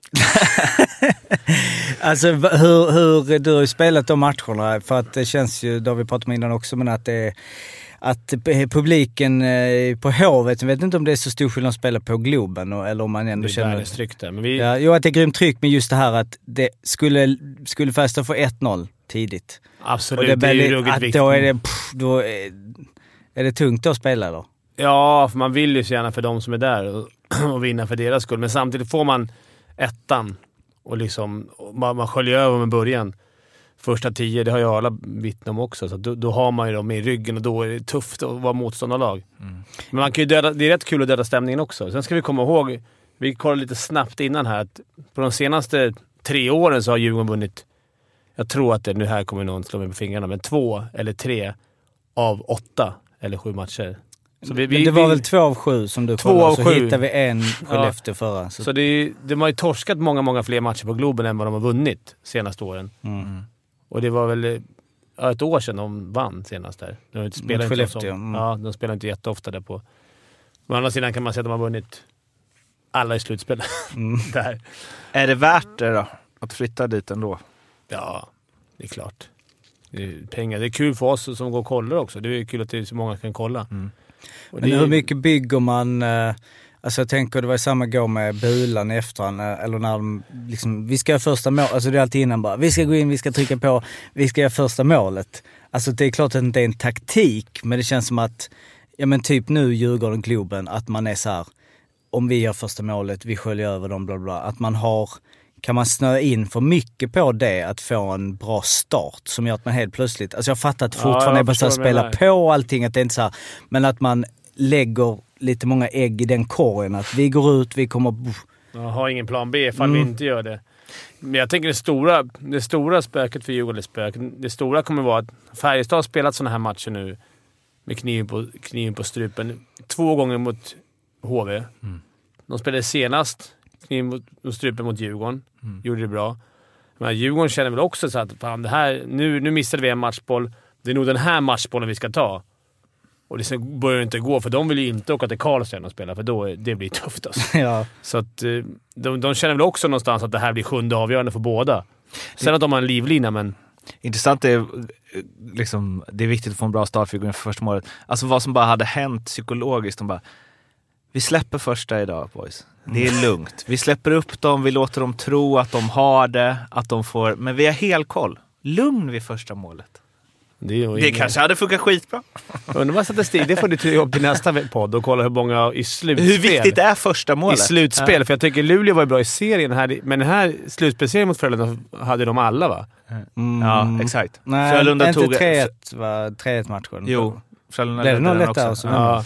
Alltså hur, hur du har ju spelat de matcherna, för att det känns ju, då har vi pratat om innan också, men att det är att publiken på Hovet, jag vet inte om det är så stor skillnad att spela på Globen eller om man ändå det är känner... Det är tryck där, men vi... Ja, jo, att det är grymt tryck, men just det här att det skulle, skulle Färjestad få ett noll tidigt. Absolut, och det, det är ju ruggigt att viktigt. Då är det, pff, då är, är det tungt att spela eller? Ja, för man vill ju så gärna för de som är där och, och vinna för deras skull, men samtidigt får man ettan och liksom man, man sköljer över med början. Första tio, det har ju alla vittnat om också. Så då, då har man ju dem i ryggen och då är det tufft att vara motståndarlag. Mm. Men man kan ju döda, det är rätt kul att döda stämningen också. Sen ska vi komma ihåg, vi kollade lite snabbt innan här, att på de senaste tre åren så har Djurgården vunnit, jag tror att det, nu här kommer någon slå mig på fingrarna, men två eller tre av åtta eller sju matcher. Så vi, vi, men det var vi, väl två av sju som du två kollade, av så sju. hittade vi en Skellefteå ja. förra. Så, så det, de har ju torskat många, många fler matcher på Globen än vad de har vunnit senaste åren. Mm. Och det var väl... ett år sedan de vann senast där. De spelar inte så, mm. ja, de spelar inte jätteofta där på. Å andra sidan kan man säga att de har vunnit alla i slutspelet. Mm. där. Är det värt det då? Att flytta dit ändå? Ja, det är klart. Det är pengar. Det är kul för oss som går och kollar också. Det är kul att det är så många kan kolla. Mm. Men det är... hur mycket bygger man... Eh, alltså jag tänker, det var samma gå med Bulan i efterhand. Eller när de liksom... Vi ska göra första mål. Alltså det är alltid innan bara... Vi ska gå in, vi ska trycka på. Vi ska göra första målet. Alltså det är klart att det inte är en taktik. Men det känns som att... Ja men typ nu Djurgården Globen. Att man är så här... Om vi gör första målet, vi sköljer över dem, bla bla. Att man har... Kan man snöa in för mycket på det att få en bra start som gör att man helt plötsligt... Alltså jag fattar att fortfarande ja, är bara så att spela på allting, att det är inte så här, men att man lägger lite många ägg i den korgen, att vi går ut, vi kommer... Jag har ingen plan B ifall mm. vi inte gör det. Men jag tänker det stora, det stora spöket för Djurgården, spöket, det stora kommer vara att Färjestad har spelat såna här matcher nu med kniven på, kniven på strupen två gånger mot H V. Mm. De spelade senast kniven på strupen mot Djurgården. Mm. Gjorde det bra. Men Djurgården känner väl också så att fan, det här, nu, nu missade vi en matchboll. Det är nog den här matchbollen vi ska ta. Och det börjar inte gå, för de vill ju inte åka till Karlstad och spela, för då är, det blir tufft alltså. Ja. Så att de, de känner väl också någonstans att det här blir sjunde avgörande för båda. Sen att de har en livlina, men... Intressant är liksom, det är viktigt att få en bra startfigur inför första målet. Alltså vad som bara hade hänt psykologiskt. De bara, vi släpper första idag, boys. Det är lugnt. Vi släpper upp dem, vi låter dem tro att de har det, att de får... Men vi har helt koll. Lugn vid första målet. Det, det ingen... kanske hade funkat skitbra. Undrar vad statistik, det får du ta upp i nästa podd och kolla hur många i slutspel. Hur viktigt är första målet? I slutspel, ja. För jag tycker Luleå var bra i serien här, men den här slutspelserien mot Frölunda hade de alla, va? Mm. Ja, exakt. Nej, Frölunda inte tog... tre ett var tre ett matchen. Jo, Frölunda det är nog lättare också. Ja.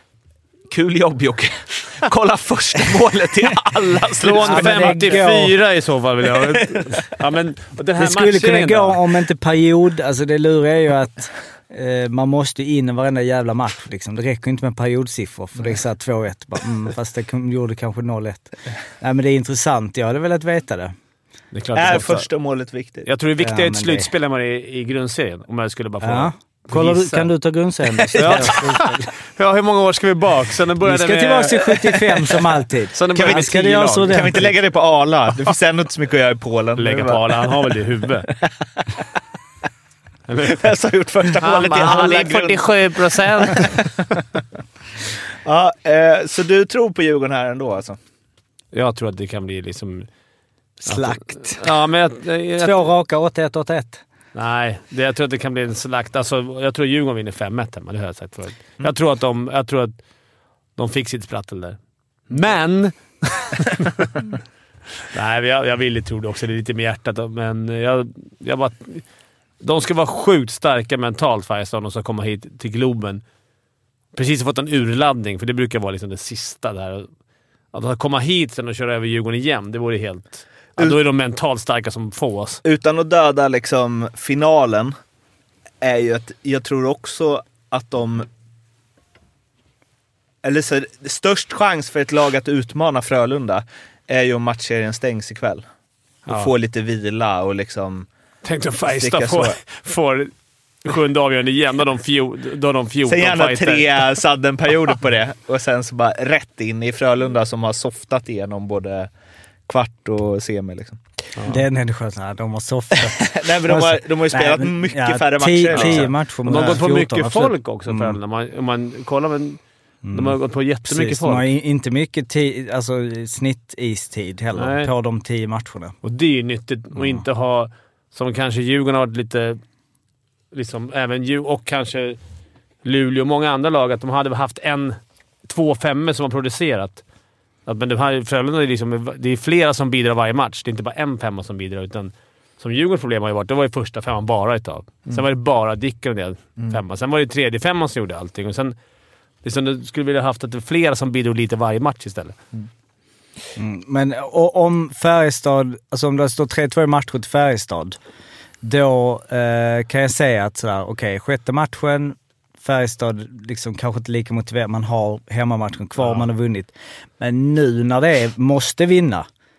Kul jobb, Jocke. Kolla första målet i alla slån femtiofyra i så fall vill jag. Ja, men den här det skulle kunna gå om inte period. Alltså det luriga är ju att eh, man måste in i varenda jävla match. Liksom. Det räcker inte med periodsiffror, för det är så här två ett. Bara, mm, fast det gjorde kanske noll ett. Nej, men det är intressant. Jag hade velat veta det. Det är, klart är det första målet viktigt? Jag tror det är viktigare ja, ett slutspel än vad det är i grundserien. Om jag skulle bara få... Ja. Kolla, du, kan du ta grundserien? ja. ja, hur många år ska vi bak? Så vi ska med... tillbaka till sjuttiofem som alltid. Så kan, vi, ska det så kan vi inte lägga det på Arla? Det finns ändå inte så mycket att göra i Polen. Lägga på Arla, han har väl det i huvudet. Jag har gjort första målet i alla fyrtiosju procent. Ja, eh, så du tror på Djurgården här ändå alltså? Jag tror att det kan bli liksom... slakt. Ja, men jag, jag... Två raka, åtta ett åtta ett. Nej, det, jag tror att det kan bli en slakt. Alltså, jag tror att Djurgården vinner fem ett hemma, det har jag sagt förut. Mm. Jag tror att de, jag tror att de fick sitt sprattel där. Men... Nej, jag, jag vill tro det också. Det är lite med hjärtat. Men jag, jag bara... De ska vara sjukt starka mentalt, Färjestad, och ska komma hit till Globen. Precis fått en urladdning, för det brukar vara liksom det sista där. Att komma hit sen och köra över Djurgården igen, det vore helt... Ja, då är de mentalt starka som få oss. Utan att döda liksom finalen är ju att jag tror också att de... Eller så, störst chans för ett lag att utmana Frölunda är ju om matchserien stängs ikväll. Och ja. Få lite vila och liksom... Tänk om Färjestad får, får sjunde avgörande igen då de, fjol, då de fjorton sen gärna fighter. Tre sadden-perioder på det. Och sen så bara rätt in i Frölunda som har softat igenom både kvart och semi liksom. Ja. Det är en skönt att de har softat. Nej, men de har, de har ju spelat nej, men, mycket ja, färre matcher. Tio, tio matcher. De har gått på mycket absolut. Folk också. Mm. Om, man, om man kollar, men mm. de har gått på jättemycket precis, folk. De har inte mycket tid, alltså snitt-istid heller nej. På de tio matcherna. Och det är ju nyttigt att mm. inte ha, som kanske Djurgården har varit lite, liksom även Djurgården och kanske Luleå och många andra lag, att de hade haft en, två femmor som har producerat. Att, men det här Frölunda är liksom, det är flera som bidrar varje match. Det är inte bara en femma som bidrar, utan som Djurgårdens problem har ju varit, det var ju första femman bara utav. Mm. Sen var det bara Dicken och del mm. femma. Sen var det tredje femman som gjorde allting. Och sen liksom, du skulle vilja haft att det är flera som bidrar lite varje match istället. Mm. Mm. Men och, om Färjestad, alltså om det står tre två i matcher till Färjestad, då eh, kan jag säga att sådär, okej, okay, sjätte matchen Färjestad liksom kanske inte lika motiverad. Man har hemmamatchen kvar, ja. Man har vunnit. Men nu när det är, måste vinna,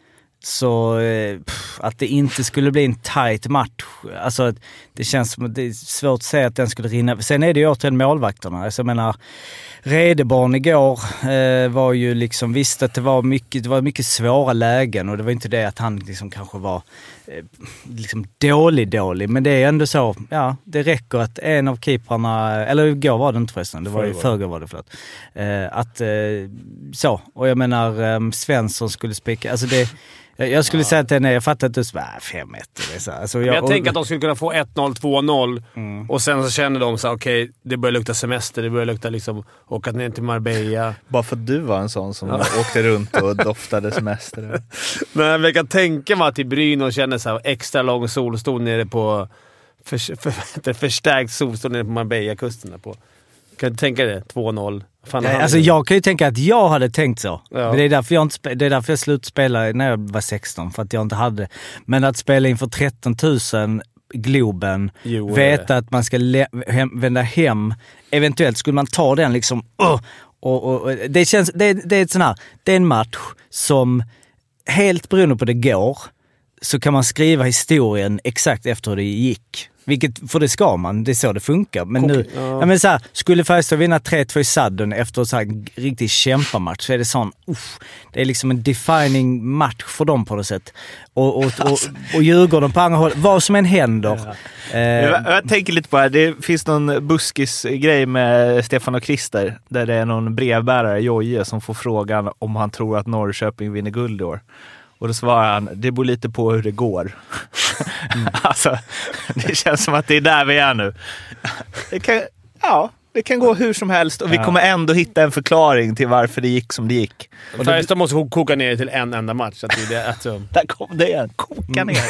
så eh, pff, att det inte skulle bli en tight match. Alltså det känns som att det är svårt att säga att den skulle rinna. Sen är det ju återigen målvakterna. Alltså, jag menar, Redeborn igår eh, var ju liksom, visst att det var mycket, det var mycket svåra lägen och det var inte det att han liksom kanske var eh, liksom dålig dålig, men det är ändå så, ja, det räcker att en av keeprarna, eller igår var det inte förresten, det var ju förrgår var det, förlåt. Eh, att eh, så, och jag menar eh, Svensson skulle spika, alltså det jag skulle ja. säga att den är, jag fattar att du sa fem ett. Alltså jag, jag tänker att de skulle kunna få ett noll, två noll mm. och sen så känner de så okej, okay, det börjar lukta semester, det börjar lukta liksom åka ner till Marbella. Bara för att du var en sån som ja. åkte runt och doftade semester. Men jag kan tänka mig att i Brynäs och känner så här extra lång solstol nere på för, för, för, förstärkt solstol nere på Marbella-kusten på. Kan du tänka det? två noll. Fan, Nej, alltså jag kan ju tänka att jag hade tänkt så. Ja. Men det är därför jag inte det är därför jag slutspelade när jag var sexton, för att jag inte hade. Men att spela inför tretton tusen Globen, jo, veta att man ska le- hem, vända hem, eventuellt skulle man ta den liksom uh, och, och, och det känns det, det är ett sån här, det är en match som helt beroende på det går så kan man skriva historien exakt efter hur det gick. Vilket, för det ska man, det är så det funkar. Men nu, ja. ja, men så här, skulle Färjestad vinna tre två i sadden efter så här en riktig kämpamatch så är det sån, uff, det är liksom en defining match för dem på något sätt. Och, och, och, och Djurgården på andra håll, vad som än händer. Ja. Eh, jag, jag tänker lite på det här, det finns någon buskis-grej med Stefan och Christer, där det är någon brevbärare, Joje, som får frågan om han tror att Norrköping vinner guld i år. Och då svarar han, det beror lite på hur det går. Mm. Alltså, det känns som att det är där vi är nu. Det kan, ja, det kan gå hur som helst och ja. vi kommer ändå hitta en förklaring till varför det gick som det gick. Och Färjestad måste koka ner till en enda match. Så att det är alltså... Där kom det igen, koka ner.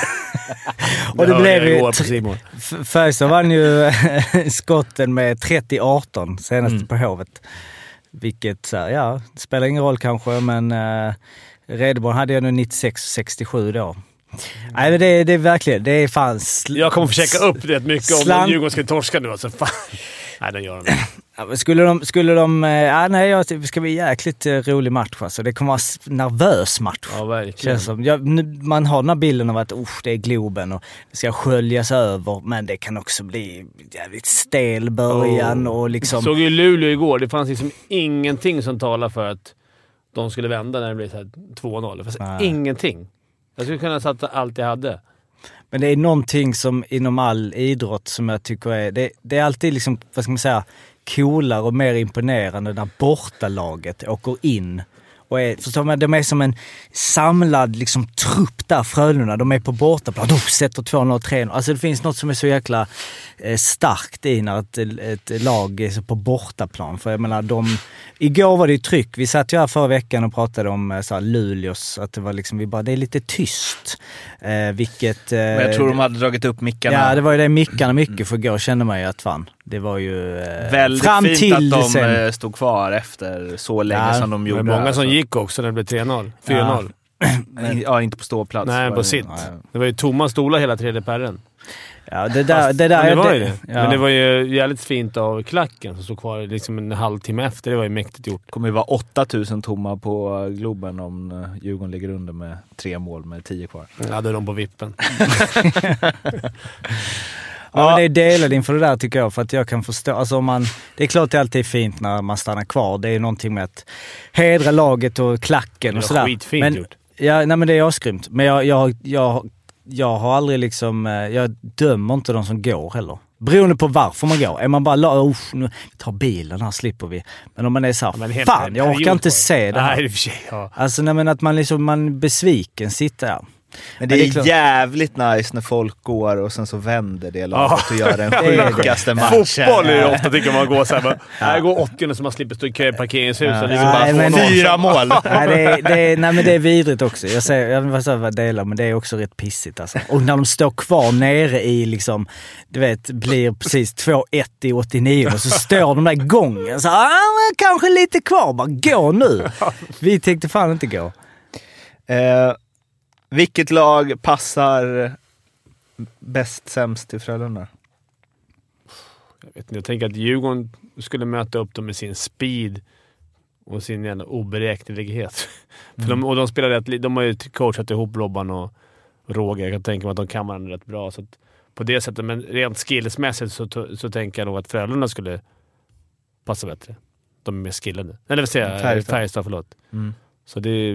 Och det blev ju... T- Färjestad vann ju skotten med trettio arton senast mm. på Hovet. Vilket, så här, ja, det spelar ingen roll kanske, men... Uh, Redeborn hade jag nu nittiosex sextiosju då. Nej, men det, det är verkligen, det är fan... Sl- jag kommer försöka upp det mycket slant- om Djurgården ska torska nu. Alltså, fan. Nej, den gör de ja, skulle de... Skulle de ja, nej, jag, det ska bli en jäkligt rolig match. Alltså. Det kommer vara en nervös match. Ja, verkligen. Som, ja, man har den här bilden av att det är Globen och det ska sköljas över, men det kan också bli jävligt stel början. Oh. Och liksom... Jag såg ju Luleå igår. Det fanns liksom ingenting som talar för att de skulle vända när det blev så här två noll. Fast nej. Ingenting. Jag skulle kunna sätta allt jag hade. Men det är någonting som inom all idrott som jag tycker är... Det, det är alltid liksom, vad ska man säga, coolare och mer imponerande när bortalaget åker in. Och är, förstår man, de är som en samlad liksom, trupp där, Frölunda. De är på bortaplan. De sätter två noll tre noll. Alltså det finns något som är så jäkla eh, starkt i när ett, ett lag är så på bortaplan. För jag menar, de... Igår var det ju tryck. Vi satt ju här förra veckan och pratade om så här, Luleås. Att det var liksom, vi bara, det är lite tyst. Eh, vilket... Eh, Men jag tror de hade dragit upp mickarna. Ja, det var ju det mickarna mycket för igår kände man ju att fan. Det var ju... Eh, väldigt fram fint till att de sen. stod kvar efter så länge ja, som de gjorde. Men många alltså. som gick också när det blev tre noll. fyra noll. Ja. ja, inte på ståplats. Nej, på sitt. Ja, ja. Det var ju tomma stolar hela tredje perren. Ja, det där... Fast, det där det var det, ju det. Ja. Men det var ju jävligt fint av klacken som stod kvar liksom en halvtimme efter. Det var ju mäktigt gjort. Det kommer ju vara åtta tusen tomma på Globen om Djurgården ligger under med tre mål med tio kvar. Ja, då är de på vippen. Ja, men det är delad inför det där tycker jag, för att jag kan förstå, alltså om man, det är klart det alltid är fint när man stannar kvar, det är någonting med att hedra laget och klacken och sådär. Det är skitfint men, gjort. Ja, nej men det är asgrymt, men jag, jag, jag, jag har aldrig liksom, jag dömer inte de som går heller. Beroende på varför man går. Är man bara, oh, nu tar bilen här, slipper vi. Men om man är så här, ja, fan, jag orkar inte se det här. Nej, det är för sig, ja. Alltså, nej, men att man liksom, man besviken sitter där. Men det, men det är, är jävligt nice när folk går och sen så vänder det laget och gör den sjukaste matchen. Fotboll är det ofta tycker man går så här. Här går åttio så man slipper stå i kö i parkeringshuset. Ja. Ja, bara fyra mål. Nej, det är, det är, nej, men det är vidrigt också. Jag säger, jag vill säga vad delar, men det är också rätt pissigt. Alltså. Och när de står kvar nere i, liksom, du vet, blir precis två ett i åttionio och så står de där gången. Så, ah, kanske lite kvar. Bara gå nu. Vi tänkte fan inte gå. Eh... Vilket lag passar bäst sämst till Frölunda? Jag vet inte, jag tänker att Djurgården skulle möta upp dem med sin speed och sin jävla oberäknelighet. Mm. För de, och de spelar rätt, de har ju coachat ihop Robban och Roger. Jag kan tänka mig att de kan varandra rätt bra. Så att på det sättet, men rent skillsmässigt så, så tänker jag nog att Frölunda skulle passa bättre. De är mer skillade. Eller vill säga Färjestad, Färjestad förlåt. Mm. Så det,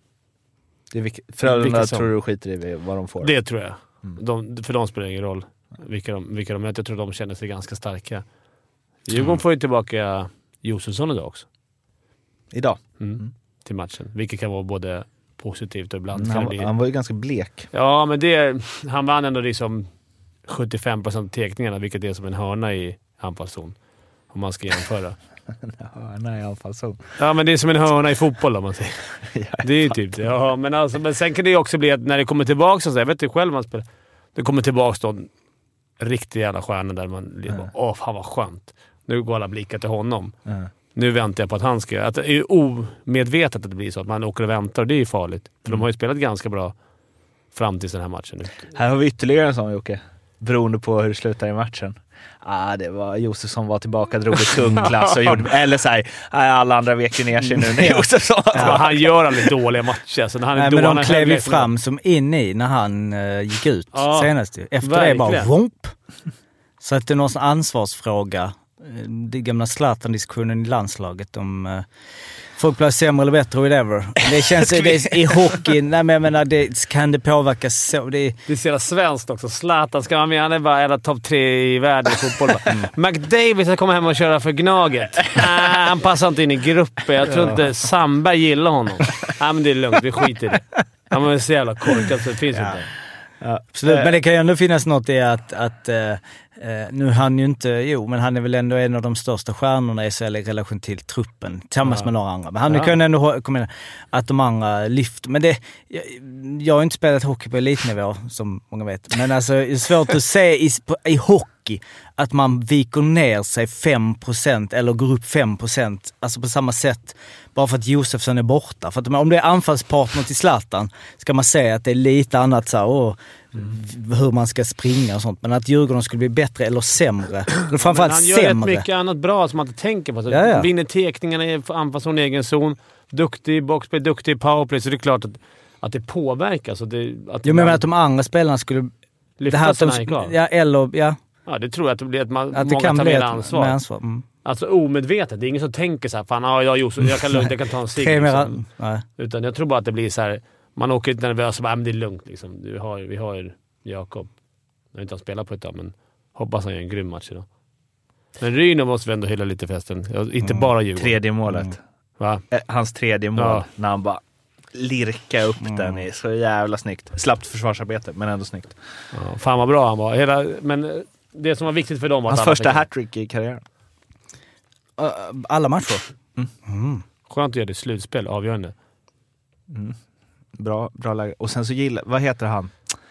det är vilka, Frölunda tror du skiter i vad de får? Det tror jag. Mm. De, för de spelar ingen roll vilka de, vilka de möter. Jag tror de känner sig ganska starka. Djurgården mm. får ju tillbaka Josefsson idag också. Idag? Mm. Mm. Till matchen. Vilket kan vara både positivt och ibland. Mm, han, bli... han var ju ganska blek. Ja, men det, han vann ändå liksom sjuttiofem procent av tekningarna, vilket är som en hörna i anfallszon. Om man ska jämföra. En hörna i anfallszon. Ja, men det är som en hörna i fotboll om man säger. Det är ju typ det. Ja, men, alltså, men sen kan det ju också bli att när det kommer tillbaka, så jag vet inte själv man spelar, det kommer tillbaka någon riktigt jävla stjärna där man liksom, mm. åh fan vad skönt. Nu går alla blickar till honom. Mm. Nu väntar jag på att han ska... Att det är ju omedvetet att det blir så. Att man åker och väntar och det är ju farligt. För mm. de har ju spelat ganska bra fram till den här matchen nu. Här har vi ytterligare en sån, Jocke. Beroende på hur det slutar i matchen. Ah, det var Josefsson var tillbaka, drog ett tungklass och gjorde... Eller så här, alla andra vek ju ner sig nu när Josefsson... Ja, han gör aldrig dåliga matcher. Så när han är Nej, dålig, men de klev ju fram som in i när han uh, gick ut ja, senast. Efter verkligen. Det bara... Vomp. Så att det är någon ansvarsfråga. Det gamla Zlatan-diskussionen i landslaget om uh, folk blir sämre eller bättre, whatever. Det känns det är, i hockey, nej men jag menar, det kan det påverka så. Det är, det är så jävla svenskt också. Zlatan ska vara med, han är bara en av topp tre i världen i fotboll. Mm. McDavid ska komma hem och köra för Gnaget. Äh, han passar inte in i gruppen. Jag tror inte Sandberg gillar honom. Nej, men det är lugnt, vi skiter i det. Han är så jävla korkat så det finns ja. inte. Ja, absolut, men det kan ju ändå finnas något i att, att uh, Uh, nu han ju inte, jo men han är väl ändå en av de största stjärnorna i relation till truppen tillsammans ja. med några andra. Men han ja. kan ändå komma in att de andra lyfter. Men det, jag, jag har inte spelat hockey på elitnivå som många vet. Men alltså det är svårt att se i, på, i hockey att man viker ner sig fem procent eller går upp fem procent. Alltså på samma sätt bara för att Josefsson är borta. För att om det är anfallspartner till Zlatan ska man säga att det är lite annat så här, åh, Mm. hur man ska springa och sånt. Men att Djurgården skulle bli bättre eller sämre. Eller framförallt han gör sämre. rätt mycket annat bra som man inte tänker på. Så ja, ja. Vinner tekningarna i anfallszon i egen zon. Duktig i boxplay, duktig i powerplay. Så det är klart att, att det påverkar. Så det, att jo, men att de andra spelarna skulle... Lyfta sig när han gick av. Ja, eller... Ja. Ja, det tror jag att det blir att, man, att det många kan tar bli mer ett, ansvar. Med ansvar. Mm. Alltså omedvetet. Det är ingen som tänker så här, fan, ja, jag, Josef, jag kan lugnt, jag kan ta en cigg. Liksom. Utan jag tror bara att det blir så här, man åker lite nervös och bara, men det är lugnt liksom. Vi har, vi har Jakob. Jag har inte spelat på ett tag, men hoppas han gör en grym match idag. Men Ryno måste vi ändå hylla lite festen. Inte mm. bara Djurgården. Tredje målet. Mm. Va? Hans tredje mål. Ja. När han bara lirka upp mm. den är så jävla snyggt. Slappt försvarsarbete, men ändå snyggt. Ja, fan vad bra han var. Hela, men det som var viktigt för dem var hans första hattrick i karriären. Uh, alla matcher. Mm. Mm. Skönt att göra det slutspel, avgörande. Mm. Bra, bra läge. Och sen så gillar, vad heter han?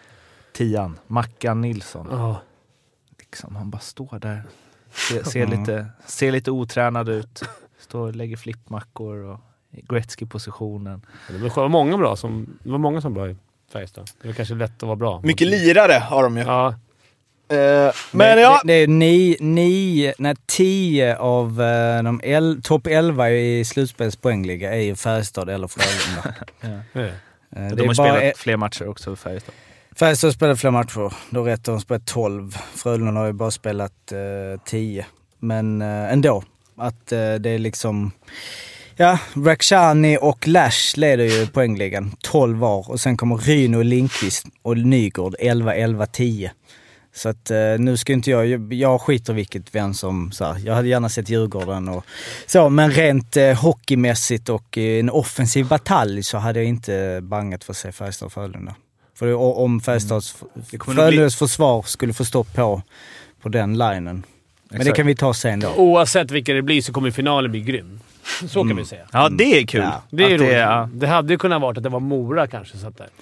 Tian, Mackan Nilsson. Oh. Liksom, han bara står där. Ser, ser, mm. lite, ser lite otränad ut. Står och lägger flippmackor och Gretzky-positionen. Ja, det var många bra som, det var många som bra i Färjestad. Det var kanske lätt att vara bra. Mycket lirare har de ju. Ja. Uh, men det, ja. Det, det är nio, nio, nej, tio av uh, de el, topp elva i slutspelspoängliga är ju Färjestad eller Frölunda. ja. uh, de det har spelat e- fler matcher också för Färjestad. Färjestad har spelat fler matcher. Då rätt har de spelat tolv. Frölunda har ju bara spelat uh, tio. Men uh, ändå. Att uh, det är liksom... Ja, Rakhshani och Lash leder ju poängligan. tolv var. Och sen kommer Ryno, Lindqvist och Nygård elva, elva, tio. Så att uh, nu ska inte jag... Jag skiter vilket vem som... Så här, jag hade gärna sett Djurgården och så. Men rent uh, hockeymässigt och uh, en offensiv batalj så hade jag inte bangat för sig Färjestad och Frölunda. För om Färjestads mm. Frölundas bli... försvar skulle få stopp på, på den linen. Men exakt. Det kan vi ta sen då. Oavsett vilka det blir så kommer finalen bli grym. Så mm. kan vi säga. Ja, det är kul. Ja, det, är det, ja. det hade ju kunnat vara att det var Mora kanske satt där.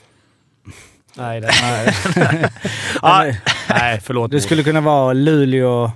Nej, det nej. ja, nej, förlåt. Det skulle kunna vara Luleå...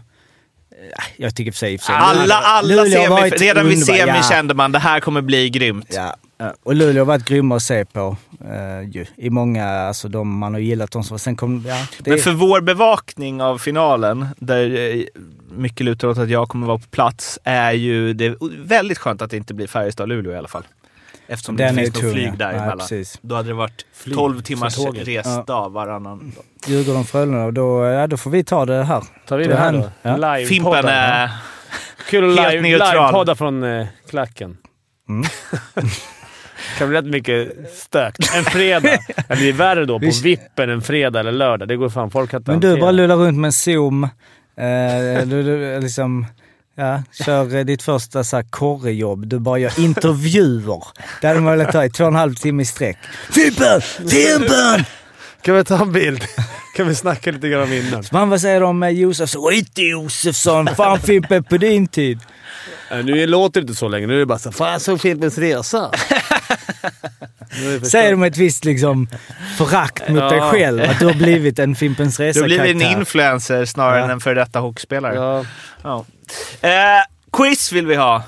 Jag tycker för sig... För sig. Alla, alla semi, redan vid semi ja. kände man det här kommer bli grymt. Ja. Ja. Och Luleå har varit grymma att se på uh, ju. I många, alltså de man har gillat dem som sen kom, ja, det Men är... för vår bevakning av finalen, där eh, mycket lutar åt att jag kommer vara på plats, är ju det är väldigt skönt att det inte blir Färjestad-Luleå i alla fall. Eftersom Den det är finns något tung, flyg ja. däremellan. Ja, då hade det varit Flyg, tolv timmars så tåget. resdag Ja. varannan. Djurgården Frölunda, och då, ja, då får vi ta det här. Tar vi Då det här han- då? ja. Live Fimpen är... Kul att helt live, neutral. live-podda från eh, klacken. Mm. Kan bli rätt mycket stök. En fredag. Ja, det är värre då på Visst. vippen en fredag eller lördag. Det går fan folk att Men du hantera. bara lullar runt med en Zoom. Eh, du, du, liksom, ja, kör eh, ditt första så här, korrejobb. Du bara gör intervjuer. Det hade man velat ta i två och en halv timme i sträck. Fimpen! Fimpen! Kan vi ta en bild? Kan vi snacka lite grann om innan? Man, vad säger de med Josefsson? Inte Josefsson! Fan Fimpen på din tid. Äh, nu låter det inte så länge. Nu är det bara så fan så Fimpens resa. Säger de ett visst liksom förakt mot Ja. dig själv. Att du har blivit en Fimpens Du Resa-karaktär. blir en influencer snarare Ja. än en för detta hockeyspelare. Ja. Ja. Eh, quiz vill vi ha.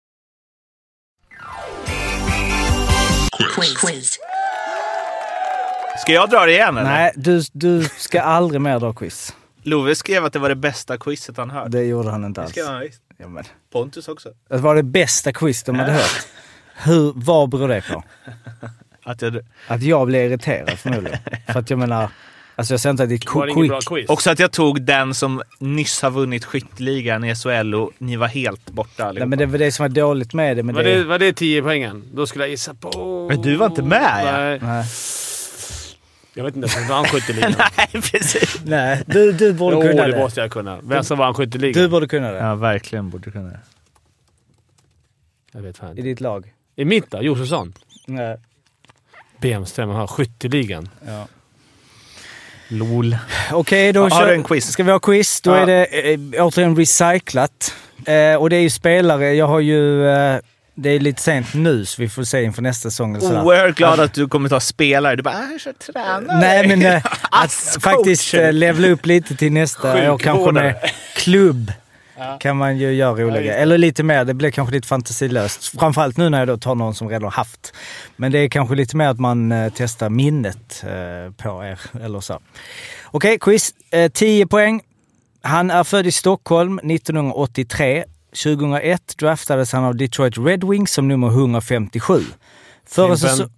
Quiz. Quiz. Ska jag dra det igen eller? Nej, du, du ska aldrig mer dra quiz. Love skrev att det var det bästa quizet han hört. Det gjorde han inte Det alls. ska han visst. Ja, men. Pontus också. Det var det bästa quiz de hade hört. Hur, vad beror det på? Att jag, Att jag blev irriterad förmodligen. För att jag menar, alltså jag säger inte att det är Det var quick. ingen bra quiz. också att jag tog den som nyss har vunnit skytteligan i S H L och ni var helt borta allihopa. Nej, men det var det som var dåligt med det. Men Var det, det, var det tio poängen? Då skulle jag gissa på... Men du var inte med, ja. Nej. Nej. Jag vet inte ens vad han skytteligan. Nej, precis. Nej, du, du borde Jo, kunna det det. måste jag kunna. Vem som var han skytteligan? Du borde kunna det. Ja, verkligen borde kunna det. Jag vet fan. I ditt lag. I mitt då? Josefsson? Nej. Bemström har skytteligan. Ja. Lol. Okej, då Har kör, du en quiz? ska vi ha quiz. Då Ja. är det eh, återigen recyclat. Eh, och det är ju spelare. Jag har ju... Eh, det är lite sent nu, så vi får se inför nästa säsong. eller sådär. Oerhört glad att du kommer ta spelare. Du bara, äh, jag kör tränare. Nej, men eh, att Ass, faktiskt coacher. eh, levla upp lite till nästa år. Kanske Sjukvårdare. med klubb kan man ju göra roliga. Ja, Eller lite mer, det blir kanske lite fantasilöst. Framförallt nu när jag då tar någon som redan har haft. Men det är kanske lite mer att man eh, testar minnet eh, på er. Eller så. Okej, quiz. Eh, tio poäng. Han är född i Stockholm nittonhundraåttiotre. tjugohundraett draftades han av Detroit Red Wings som nummer etthundrafemtiosju. Förra, Fimpen. säso-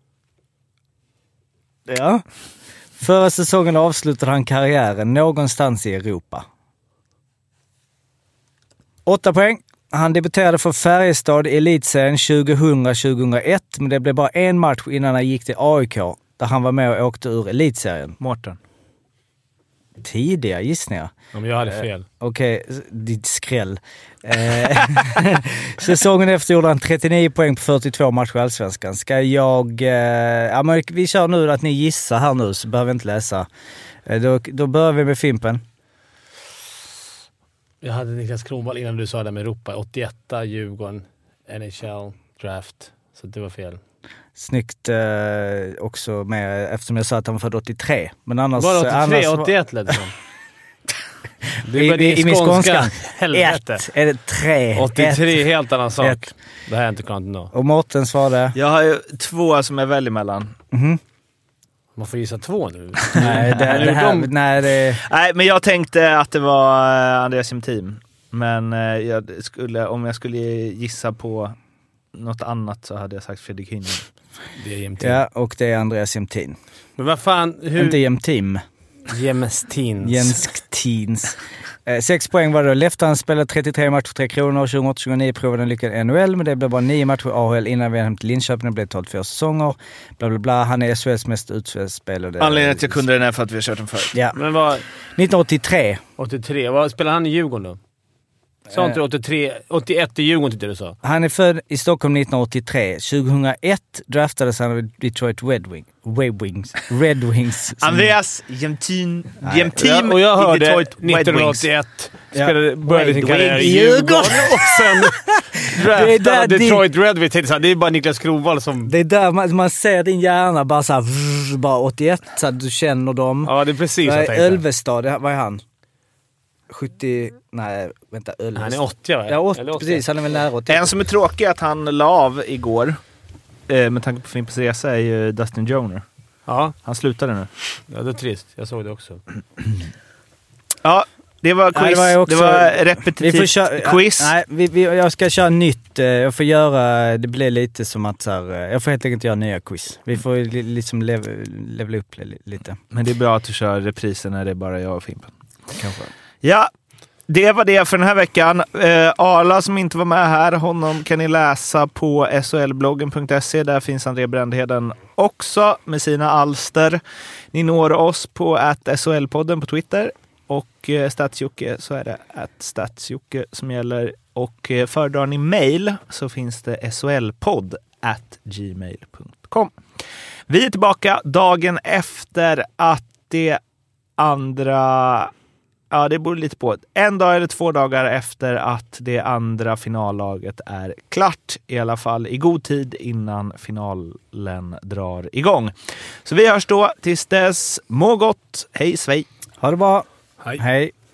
ja. Förra säsongen avslutade han karriären någonstans i Europa. Åtta poäng. Han debuterade för Färjestad i elitserien tjugohundra tjugohundraett, men det blev bara en match innan han gick till A I K där han var med och åkte ur elitserien. Mårten. Tidiga gissningar. Om jag hade fel. Okej, okay, ditt skräll. Eh, Säsongen efter gjorde han trettionio poäng på fyrtiotvå matcher i Allsvenskan. Ska jag... Eh, ja, men vi kör nu att ni gissar här nu, så behöver vi inte läsa. Eh, då, då börjar vi med Fimpen. Jag hade Niklas Kronwall innan du sa det med Europa. åttioett, Djurgården, N H L, draft. Så det var fel. Snyggt eh, också med, eftersom jag sa att han var född åttiotre. Men annars... Var det åttiotre? annars, åttioett lät det som. Det I, var i, i min skånska. Helvete. Ett. Är det tre? åttiotre, Ett. helt annan sak. Ett. Det här är inte klart nå. Och Mårten svarade? Jag har ju två som jag väljer mellan. Mhm. Man får gissa två nu. Nej, det, det här... De- Nej, det... Nej, men jag tänkte att det var eh, Andreas Jämtin. Men eh, jag skulle, om jag skulle gissa på något annat så hade jag sagt Fredrik Hynning. Det är Jämtin. Ja, och det är Andreas Jämtin. Men vad fan, hur... Inte Jämtim. Jämstins. Jenskteens. Eh, sex poäng var det då. Leftan spelade trettiotre matcher, tre kronor. tjugoåtta tjugonio provade en lyckad N H L, men det blev bara nio matcher i A H L innan vi hem till Linköping. Det blev totalt fyra säsonger. Bla, bla, bla. Han är S H L:s mest utspelade. Anledningen att jag kunde den är för att vi har kört den förut. Ja. Men vad... nittonhundraåttiotre. åttiotre. Vad spelar han i Djurgården då? Sa inte du åttiotre? åttioett i Djurgården tyckte du sa. Han är född i Stockholm nittonhundraåttiotre. tjugohundraett draftades han av Detroit Red Wings. Red Wings. Red Wings. Andreas Jämtin. Nej. Jämtin Ja, och jag i hörde Detroit Red Wings. nittonhundraåttioett Ja. spelade, började sin Red karriär i Wings. Djurgården och sen Det är där draftade din- Detroit Red Wings. Tänkte så här, det är bara Niklas Kronwall som... Det är där man, man ser din hjärna bara såhär, vrr, bara åttioett, så att du känner dem. Ja, det är precis vad jag Nej, tänkte. Ölvestad, det- vad är han? sjuttio... Nej, vänta. Ölvestad. Han är åttio va? Ja, åttio, Eller åttio. precis. Han är väl nära åttio. En som är tråkig är att han la av igår. eh, med tanke på Fimpens Resa är ju Dustin Joyner. Ja. Han slutade nu. Ja, det är trist. Jag såg det också. Ja, det var quiz. Nej, det var, också, det var repetitivt vi får köra, quiz. Nej, vi, vi, jag ska köra nytt. Jag får göra, det blir lite som att så här, jag får helt enkelt göra nya quiz. Vi får li, liksom lev, levla upp lite. Men det är bra att du kör repriser när det är bara jag och Fimpen. Kanske. Ja, det var det för den här veckan. Eh, Arla som inte var med här, honom kan ni läsa på S H L bloggen punkt se. Där finns André Brändheden också med sina alster. Ni når oss på at S H L-podden på Twitter. Och eh, Statsjocke så är det at Statsjocke som gäller. Och eh, föredrar ni mail så finns det S H L podd at gmail punkt com. Vi är tillbaka dagen efter att det andra... Ja, det beror lite på. En dag eller två dagar efter att det andra finallaget är klart. I alla fall i god tid innan finalen drar igång. Så vi hörs då. Tills dess, må gott. Hej svej. Ha det bra. Hej. Hej.